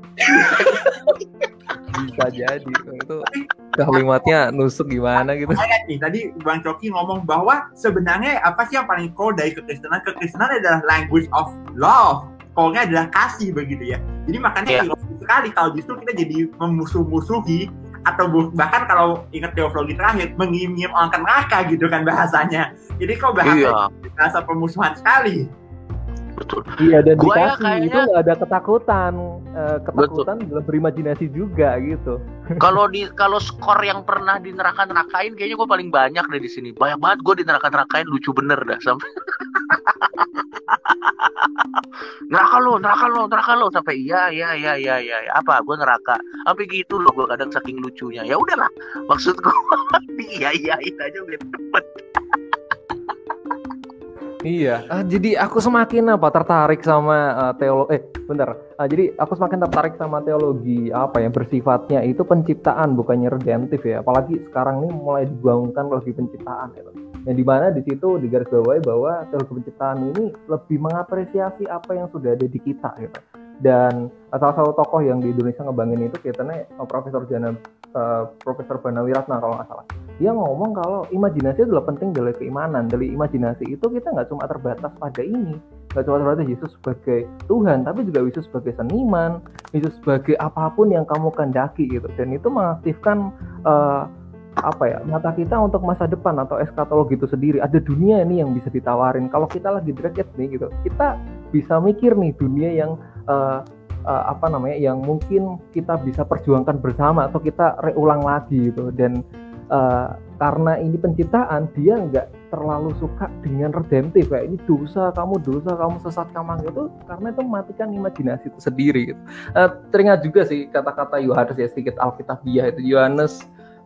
Bisa jadi. Itu kalimatnya nusuk gimana gitu. Nih, tadi Bang Coki ngomong bahwa sebenarnya apa sih yang paling core dari kekristenan? Kekristenan adalah language of love. Core-nya adalah kasih begitu ya. Jadi makanya ironis sekali kalau justru kita jadi memusuh-musuhi, atau bahkan kalau ingat teologi terakhir mengiming orang ke neraka gitu kan bahasanya. Jadi kok bahasa permusuhan sekali. Betul. Iya, dan gua dikasih kayaknya, itu nggak ada ketakutan dalam berimajinasi juga gitu. Kalau skor yang pernah di neraka-nerakain kayaknya gue paling banyak deh di sini. Banyak banget gue di neraka-nerakain, lucu bener dah sampai. neraka lo sampai iya apa gue neraka sampai gitu loh gue kadang saking lucunya. Ya udahlah, maksud gue iya aja udah cepet. Iya, jadi aku semakin tertarik sama teologi. Jadi aku semakin tertarik sama teologi apa yang bersifatnya itu penciptaan bukannya redemptif ya. Apalagi sekarang ini mulai dibangunkan teologi penciptaan gitu. Yang dimana di situ digarisbawahi bahwa teologi penciptaan ini lebih mengapresiasi apa yang sudah ada di kita gitu. Dan salah satu tokoh yang di Indonesia ngebangin itu kaitannya Profesor Banawiratna kalau nggak salah. Dia ngomong kalau imajinasi adalah penting dari keimanan. Dari imajinasi itu kita nggak cuma terbatas pada ini, nggak cuma terbatas Yesus sebagai Tuhan, tapi juga Yesus sebagai seniman, Yesus sebagai apapun yang kamu kehendaki gitu. Dan itu mengaktifkan mata kita untuk masa depan atau eskatologi itu sendiri. Ada dunia ini yang bisa ditawarin. Kalau kita lagi deket nih gitu, kita bisa mikir nih dunia yang yang mungkin kita bisa perjuangkan bersama atau kita reulang lagi gitu. Dan karena ini penciptaan, dia nggak terlalu suka dengan redemptif kayak ini dosa, kamu sesat, kamu itu, karena itu mematikan imajinasi itu sendiri gitu. Teringat juga sih kata-kata Yohanes ya, sedikit Alkitabiah itu, Yohanes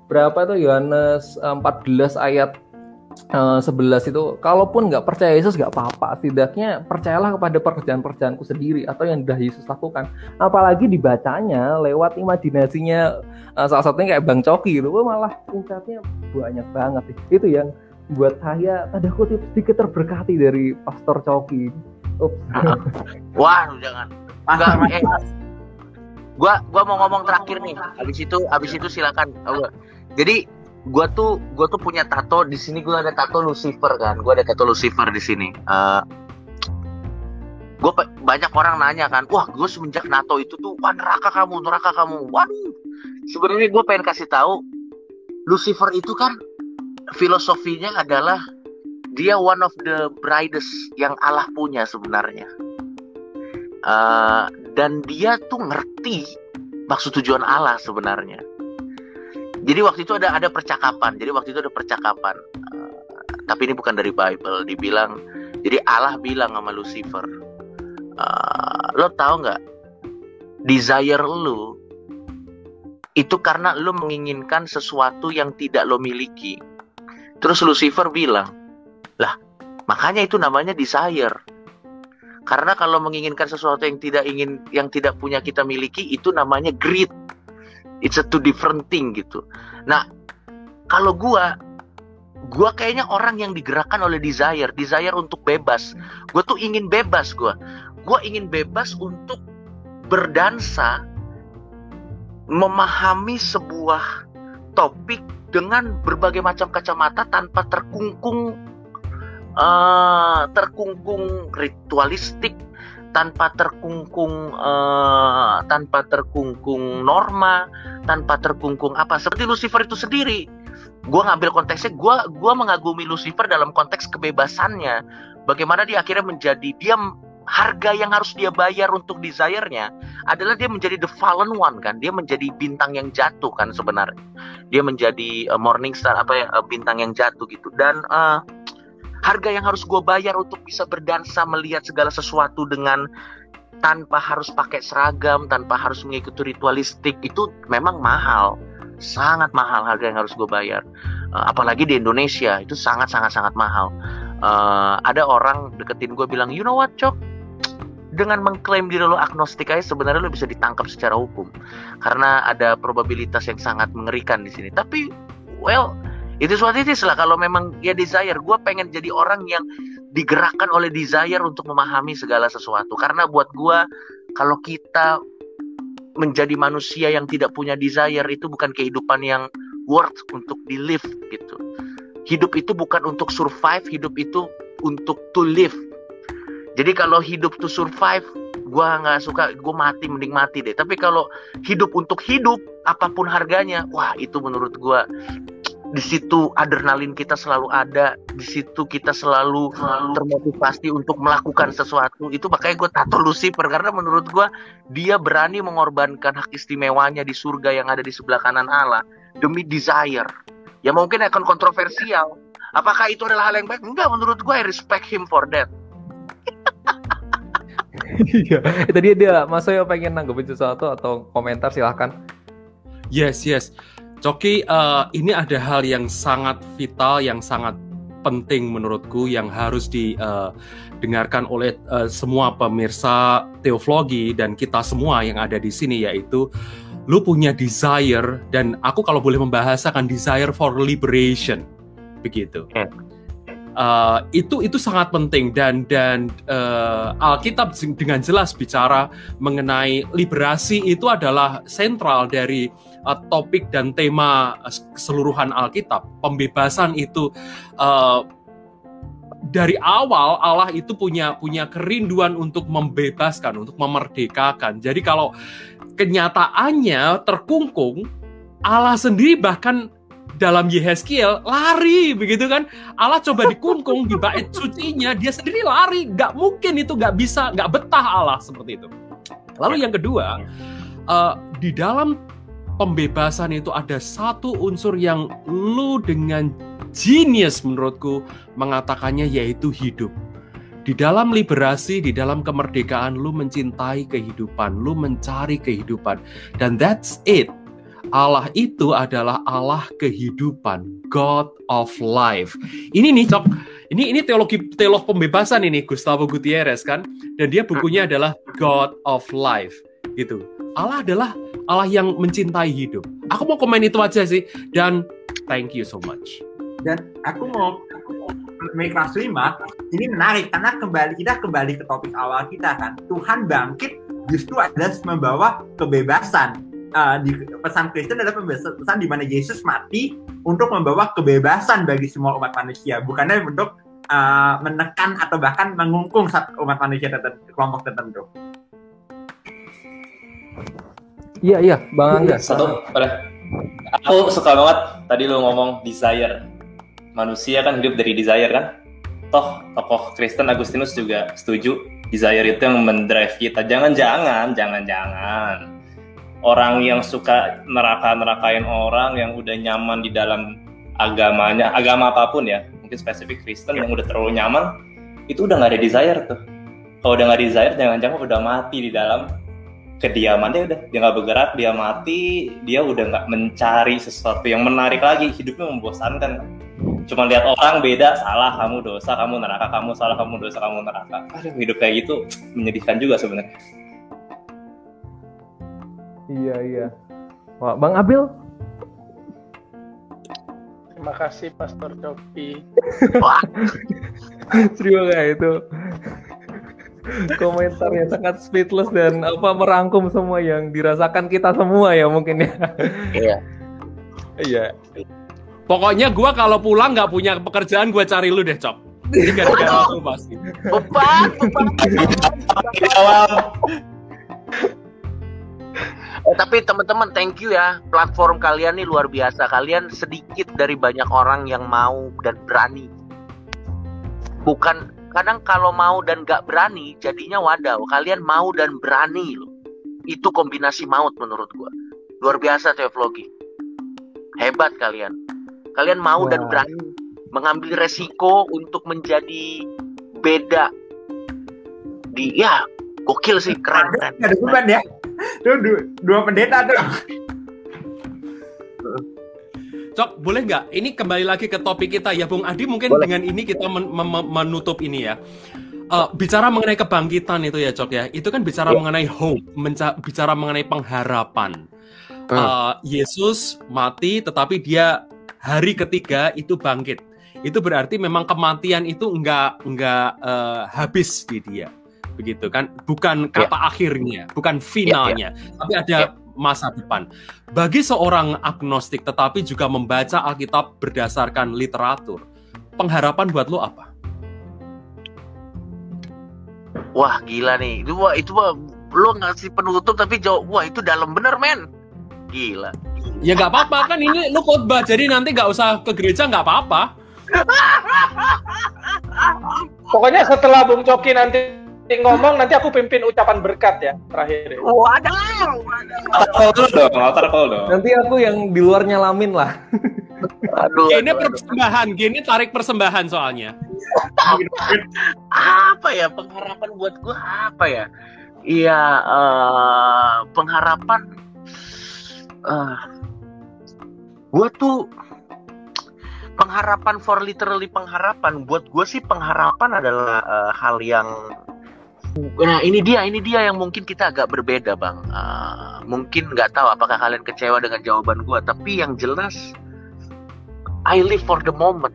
14 ayat 11 itu, kalaupun nggak percaya Yesus nggak apa-apa, setidaknya percayalah kepada pekerjaan-pekerjaanku sendiri atau yang sudah Yesus lakukan. Apalagi dibacanya lewat imajinasinya salah satunya kayak Bang Coki itu, malah insightnya banyak banget. Itu yang buat saya tanda kutip sedikit terberkati dari Pastor Coki. Wah, jangan. Gua mau ngomong terakhir nih. Abis itu silakan. Jadi gua tuh punya tato di sini. Gua ada tato Lucifer kan. Gua ada tato Lucifer di sini. Banyak orang nanya kan, wah gue semenjak nato itu tuh, wah neraka kamu. Waduh. Sebenarnya gue pengen kasih tahu, Lucifer itu kan filosofinya adalah dia one of the brightest yang Allah punya sebenarnya. Dan dia tuh ngerti maksud tujuan Allah sebenarnya. Jadi waktu itu ada percakapan. Tapi ini bukan dari Bible. Jadi Allah bilang sama Lucifer, lo tahu nggak, desire lo itu karena lo menginginkan sesuatu yang tidak lo miliki. Terus Lucifer bilang, lah makanya itu namanya desire. Karena kalau menginginkan sesuatu yang tidak punya kita miliki, itu namanya greed. It's a two different thing gitu. Nah, kalau gua kayaknya orang yang digerakkan oleh desire untuk bebas. Gua tuh ingin bebas, gua ingin bebas untuk berdansa, memahami sebuah topik dengan berbagai macam kacamata tanpa terkungkung ritualistik, tanpa terkungkung norma, tanpa terkungkung apa, seperti Lucifer itu sendiri. Gue ngambil konteksnya, gue mengagumi Lucifer dalam konteks kebebasannya. Bagaimana dia akhirnya menjadi, harga yang harus dia bayar untuk desire-nya adalah dia menjadi the fallen one kan. Dia menjadi bintang yang jatuh kan sebenarnya. Dia menjadi morning star, bintang yang jatuh gitu. Dan harga yang harus gue bayar untuk bisa berdansa, melihat segala sesuatu dengan tanpa harus pakai seragam, tanpa harus mengikuti ritualistik, itu memang mahal. Sangat mahal harga yang harus gue bayar. Apalagi di Indonesia itu sangat mahal. Ada orang deketin gue bilang, you know what Cok, dengan mengklaim diri lo agnostik aja sebenarnya lo bisa ditangkap secara hukum karena ada probabilitas yang sangat mengerikan di sini. Tapi itu suatu lah. Kalau memang ya desire, gue pengen jadi orang yang digerakkan oleh desire untuk memahami segala sesuatu. Karena buat gue, kalau kita menjadi manusia yang tidak punya desire, itu bukan kehidupan yang worth untuk di live gitu. Hidup itu bukan untuk survive, hidup itu untuk to live. Jadi kalau hidup to survive, gue nggak suka, gue mending mati deh. Tapi kalau hidup untuk hidup, apapun harganya, wah itu menurut gue, di situ adrenalin kita selalu ada, di situ kita selalu termotivasi untuk melakukan sesuatu. Itu makanya gue tato Lucifer, karena menurut gue dia berani mengorbankan hak istimewanya di surga yang ada di sebelah kanan Allah demi desire. Ya mungkin akan kontroversial. Apakah itu adalah hal yang baik? Enggak, menurut gue I respect him for that. Iya, tadi dia Mas Soyo pengen nanggepin sesuatu atau komentar, silahkan. Yes. Coki, ini ada hal yang sangat vital, yang sangat penting menurutku, yang harus didengarkan oleh semua pemirsa teoflogi dan kita semua yang ada di sini, yaitu lu punya desire, dan aku kalau boleh membahasakan desire for liberation, begitu. Itu sangat penting dan Alkitab dengan jelas bicara mengenai liberasi. Itu adalah sentral dari topik dan tema keseluruhan Alkitab. Pembebasan itu dari awal Allah itu punya kerinduan untuk membebaskan, untuk memerdekakan. Jadi kalau kenyataannya terkungkung, Allah sendiri bahkan dalam Yehezkiel lari begitu kan. Allah coba dikungkung di bait sucinya, dia sendiri lari. Nggak mungkin itu, nggak bisa, nggak betah Allah seperti itu. Lalu yang kedua, di dalam pembebasan itu ada satu unsur yang lu dengan genius menurutku mengatakannya, yaitu hidup. Di dalam liberasi, di dalam kemerdekaan, lu mencintai kehidupan, lu mencari kehidupan. Dan that's it. Allah itu adalah Allah kehidupan, God of life. Ini nih, Cok, ini teolog pembebasan ini, Gustavo Gutierrez kan, dan dia bukunya adalah God of life, gitu. Allah adalah Allah yang mencintai hidup. Aku mau komen itu aja sih, dan thank you so much. Dan aku mau make kelas 5, ini menarik karena kita kembali ke topik awal kita kan. Tuhan bangkit justru adalah membawa kebebasan. Di pesan Kristen adalah pesan di mana Yesus mati untuk membawa kebebasan bagi semua umat manusia, bukannya untuk menekan atau bahkan mengungkung umat manusia kelompok tertentu. Iya, Bang Angga. Aku suka banget tadi lu ngomong desire. Manusia kan hidup dari desire kan. Toh tokoh Kristen Agustinus juga setuju desire itu yang mendrive kita. Jangan orang yang suka nerakain orang, yang udah nyaman di dalam agamanya, agama apapun ya, mungkin spesifik Kristen yang udah terlalu nyaman, itu udah nggak ada desire tuh. Kalau udah nggak desire, jangan-jangan udah mati di dalam kediamannya, udah dia nggak bergerak, dia mati, dia udah nggak mencari sesuatu yang menarik lagi, hidupnya membosankan. Cuma lihat orang beda, salah kamu dosa, kamu neraka, kamu salah, kamu dosa, kamu neraka. Hidup kayak gitu menyedihkan juga sebenarnya. Iya. Wah, Bang Abil. Terima kasih Pastor Coki. Terima kasih itu. Komentarnya sangat speechless dan merangkum semua yang dirasakan kita semua ya mungkin ya. Iya. Pokoknya gua kalau pulang nggak punya pekerjaan, gua cari lu deh, Cok. Ini gara-gara lu pasti. Beban. Tapi teman-teman, thank you ya. Platform kalian nih luar biasa. Kalian sedikit dari banyak orang yang mau dan berani. Bukan, kadang kalau mau dan gak berani, jadinya wadaw. Kalian mau dan berani loh. Itu kombinasi maut menurut gua. Luar biasa teologi. Hebat kalian. Kalian mau dan berani mengambil resiko untuk menjadi beda. Gokil sih, keren. Ada beban ya. Tuh dua pendeta tuh. Cok, boleh nggak? Ini kembali lagi ke topik kita ya, Bung Adi. Mungkin boleh. Dengan ini kita menutup ini ya. Bicara mengenai kebangkitan itu ya, Cok ya. Itu kan bicara mengenai hope, bicara mengenai pengharapan. Yesus mati, tetapi dia hari ketiga itu bangkit. Itu berarti memang kematian itu nggak habis di dia. Begitu kan, bukan kata akhirnya, bukan finalnya, tapi ada masa depan. Bagi seorang agnostik tetapi juga membaca Alkitab berdasarkan literatur, pengharapan buat lo apa? Wah gila nih, itu lo ngasih penutup tapi jawab, wah itu dalam bener men, gila. Ya nggak apa-apa kan, ini lo khotbah, jadi nanti nggak usah ke gereja, nggak apa-apa. Pokoknya setelah Bung Coki nanti ngomong, nanti aku pimpin ucapan berkat ya terakhir. Waduh. Altar call dong. Nanti aku yang di luar nyalamin lah. Ini persembahan, gini tarik persembahan soalnya. Apa ya pengharapan buat gue apa ya? Iya, pengharapan. Gue tuh pengharapan for literally pengharapan. Buat gue sih pengharapan adalah hal yang nah ini dia yang mungkin kita agak berbeda Bang. Mungkin nggak tahu apakah kalian kecewa dengan jawaban gue, tapi yang jelas I live for the moment.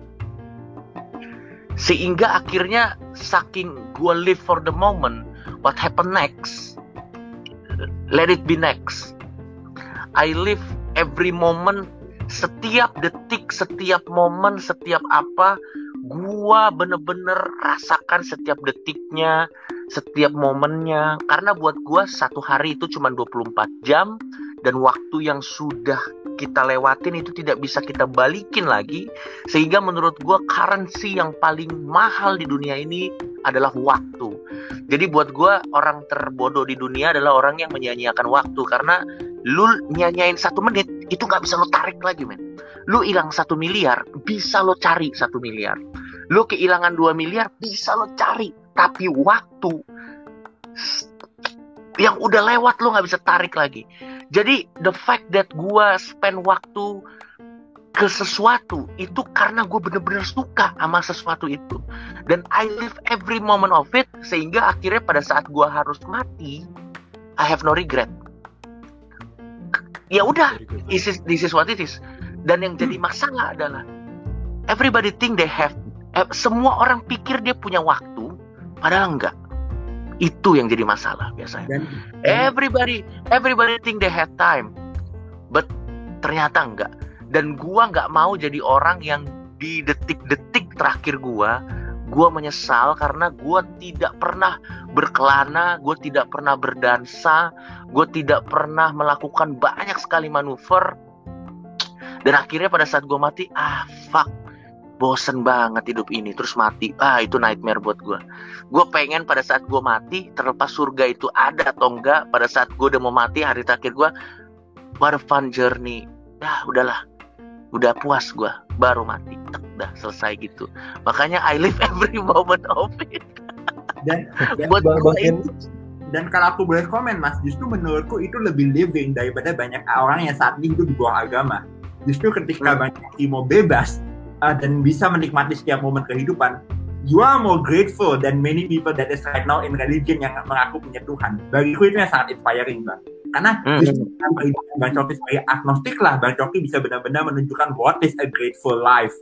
Sehingga akhirnya saking gue live for the moment, what happen next, let it be next. I live every moment, setiap detik, setiap momen, setiap apa, gua bener-bener rasakan setiap detiknya, setiap momennya. Karena buat gua satu hari itu cuma 24 jam, dan waktu yang sudah kita lewatin itu tidak bisa kita balikin lagi. Sehingga menurut gue currency yang paling mahal di dunia ini adalah waktu. Jadi buat gue orang terbodoh di dunia adalah orang yang menyia-nyiakan waktu. Karena lu nyanyain 1 menit itu gak bisa lo tarik lagi, men. Lu hilang 1 miliar bisa lo cari 1 miliar. Lu kehilangan 2 miliar bisa lo cari. Tapi waktu yang udah lewat lo gak bisa tarik lagi. Jadi the fact that gue spend waktu ke sesuatu itu karena gue bener-bener suka sama sesuatu itu. Dan I live every moment of it. Sehingga akhirnya pada saat gue harus mati, I have no regret. Ya udah, this is what it is. Dan yang jadi masalah adalah everybody think they have, semua orang pikir dia punya waktu, padahal enggak. Itu yang jadi masalah biasanya. Everybody think they have time, but ternyata enggak. Dan gua nggak mau jadi orang yang di detik-detik terakhir gua menyesal karena gua tidak pernah berkelana, gua tidak pernah berdansa, gua tidak pernah melakukan banyak sekali manuver. Dan akhirnya pada saat gua mati, fuck, bosen banget hidup ini, terus mati. Itu nightmare buat gue. Gue pengen pada saat gue mati, terlepas surga itu ada atau enggak, pada saat gue udah mau mati, hari terakhir gue, what a fun journey. Udahlah, udah puas gue, baru mati. Udah selesai gitu. Makanya I live every moment of it. Dan buat gue itu. Dan kalau aku boleh komen, Mas, justru menurutku itu lebih living daripada banyak orang yang saat ini hidup di bawah agama. Justru ketika banyak mau bebas, dan bisa menikmati setiap momen kehidupan, you are more grateful than many people that is right now in religion yang mengaku punya Tuhan. Bagiku itu yang sangat inspiring, Bang. Karena justru Bang Coki sebagai agnostik lah, Bang Coki bisa benar-benar menunjukkan what is a grateful life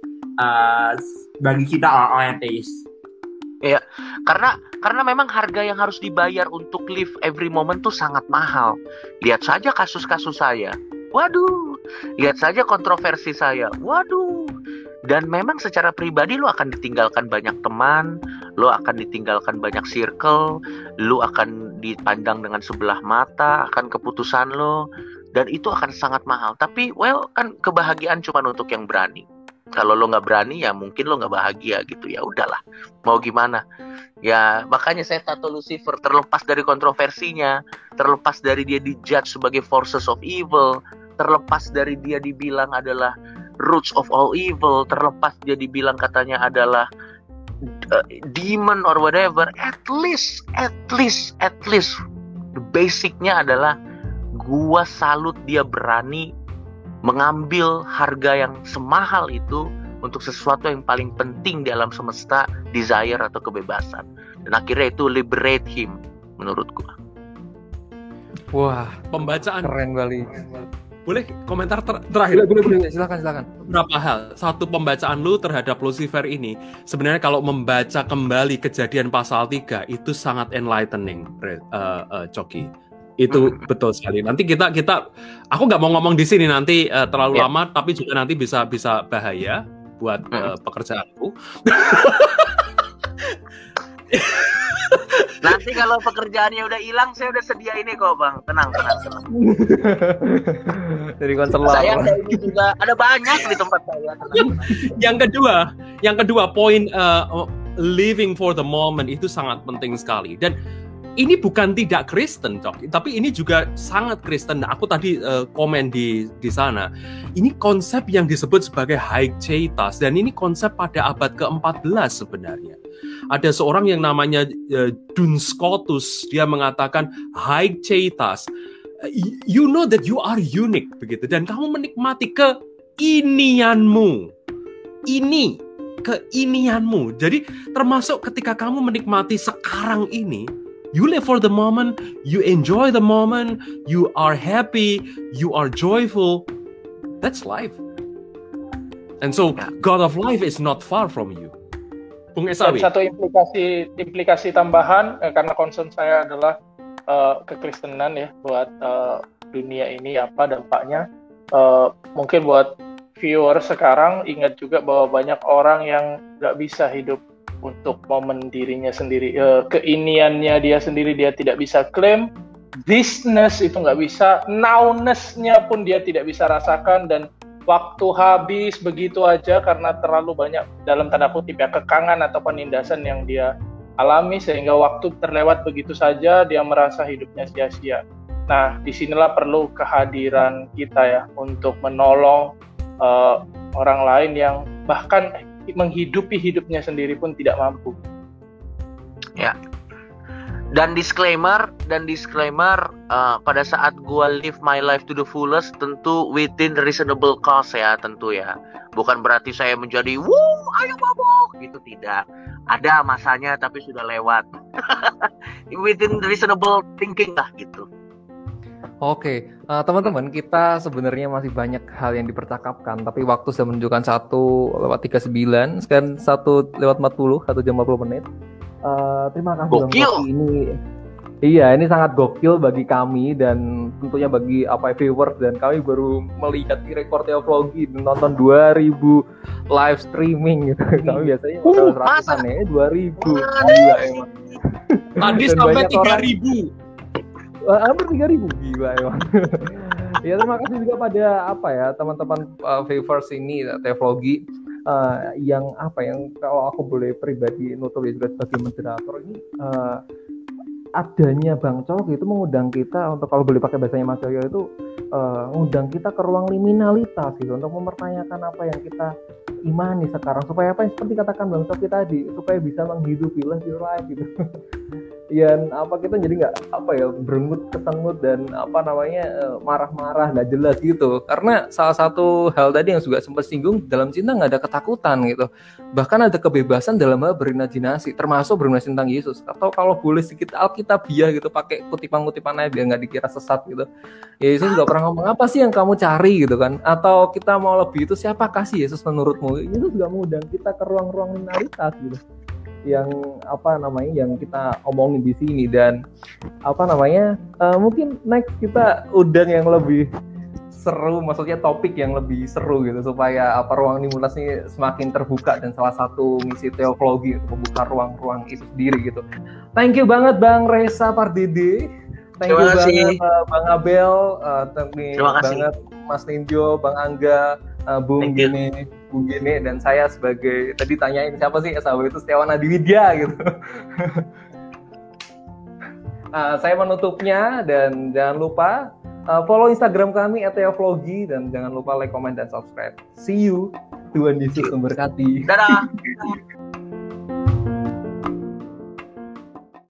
bagi kita orang-orang ateis. Iya, karena memang harga yang harus dibayar untuk live every moment tuh sangat mahal. Lihat saja kasus-kasus saya. Waduh, lihat saja kontroversi saya. Waduh. Dan memang secara pribadi lo akan ditinggalkan banyak teman, lo akan ditinggalkan banyak circle, lo akan dipandang dengan sebelah mata akan keputusan lo, dan itu akan sangat mahal. Tapi kan kebahagiaan cuma untuk yang berani. Kalau lo nggak berani ya mungkin lo nggak bahagia gitu. Ya udahlah, mau gimana? Ya makanya saya tato Lucifer, terlepas dari kontroversinya, terlepas dari dia dijudge sebagai forces of evil, terlepas dari dia dibilang adalah roots of all evil, terlepas dia dibilang katanya adalah demon or whatever, at least the basicnya adalah gua salut dia berani mengambil harga yang semahal itu untuk sesuatu yang paling penting di alam semesta, desire atau kebebasan. Dan akhirnya itu liberate him menurut gua. Wah, pembacaan keren kali. Boleh komentar terakhir? Boleh, silakan. Berapa hal. Satu, pembacaan lu terhadap Lucifer ini sebenarnya kalau membaca kembali Kejadian pasal 3 itu sangat enlightening, Coki. Itu betul sekali. Nanti kita aku nggak mau ngomong di sini nanti terlalu lama, tapi juga nanti bisa bahaya buat pekerjaanku. Nanti kalau pekerjaannya udah hilang, saya udah sedia ini kok, Bang. Tenang. Jadi konselor. Saya ini juga ada banyak di tempat saya. Yang kedua poin living for the moment itu sangat penting sekali. Dan ini bukan tidak Kristen, Cok, tapi ini juga sangat Kristen. Aku tadi komen di sana. Ini konsep yang disebut sebagai haikcheitas, dan ini konsep pada abad ke-14 sebenarnya. Ada seorang yang namanya Duns Scotus, dia mengatakan haikcheitas, you know that you are unique, begitu, dan kamu menikmati keinianmu. Ini keinianmu. Jadi termasuk ketika kamu menikmati sekarang ini, you live for the moment, you enjoy the moment, you are happy, you are joyful. That's life. And so God of life is not far from you. Bung Esawi. Satu implikasi tambahan karena concern saya adalah kekristenan ya buat dunia ini, apa dampaknya. Mungkin buat viewer sekarang ingat juga bahwa banyak orang yang nggak bisa hidup untuk momen dirinya sendiri, keiniannya dia sendiri dia tidak bisa klaim, thisness itu nggak bisa, nowness-nya pun dia tidak bisa rasakan, dan waktu habis begitu aja karena terlalu banyak dalam tanda kutip ya kekangan atau penindasan yang dia alami, sehingga waktu terlewat begitu saja, dia merasa hidupnya sia-sia. Nah, disinilah perlu kehadiran kita ya untuk menolong orang lain yang bahkan menghidupi hidupnya sendiri pun tidak mampu. Ya. Dan disclaimer, pada saat gua live my life to the fullest tentu within reasonable cost ya, tentu ya. Bukan berarti saya menjadi ayo mabok gitu, tidak. Ada masanya tapi sudah lewat. Within reasonable thinking lah gitu. Oke, teman-teman, kita sebenarnya masih banyak hal yang dipercakapkan, tapi waktu sudah menunjukkan 1:39, sekarang 1:40, 1 jam 40 menit. Terima kasih Bang Koki ini. Iya, ini sangat gokil bagi kami dan tentunya bagi viewers, dan kami baru melihat di rekor Teoflogi nonton 2000 live streaming gitu. Kami biasanya 100-an ya, 2000. Gila emang. Tadi sampai 3000. Hampir 3.000, gila emang. Ya, terima kasih juga pada teman-teman viewers ini Teoflogi. Yang kalau aku boleh pribadi nutur juga sebagai moderator ini, adanya Bang Coki itu mengundang kita untuk, kalau boleh pakai bahasanya Mas Yoyo itu, mengundang kita ke ruang liminalitas gitu, untuk mempertanyakan apa yang kita imani sekarang, supaya seperti katakan Bang Coki tadi, supaya bisa menghidupi life gitu. Yang kita jadi nggak berengut ketengut dan marah-marah nggak jelas gitu, karena salah satu hal tadi yang juga sempat singgung, dalam cinta nggak ada ketakutan gitu, bahkan ada kebebasan dalam hal berimajinasi, termasuk berimajinasi tentang Yesus, atau kalau boleh sedikit alkitabiah gitu, pakai kutipan-kutipan aja biar nggak dikira sesat gitu. Yesus juga pernah ngomong, apa sih yang kamu cari gitu kan, atau kita mau lebih itu, siapa kasih Yesus menurutmu. Itu juga mengundang kita ke ruang-ruang minoritas gitu, yang yang kita omongin di sini. Dan mungkin next kita undang yang lebih seru, maksudnya topik yang lebih seru gitu, supaya ruang liminalitas ini semakin terbuka, dan salah satu misi Teoflogi untuk membuka ruang-ruang itu sendiri gitu. Thank you banget Bang Reza Pardede, thank you banget Bang Abel, thank you banget Mas Ninjo, Bang Angga, Bung Gini, dan saya sebagai, tadi tanyain siapa sih SHW itu, Setiawan Adiwidya gitu. Saya menutupnya, dan jangan lupa follow Instagram kami @teoflogi, dan jangan lupa like, comment, dan subscribe. See you. Tuhan Yesus memberkati. Dadah.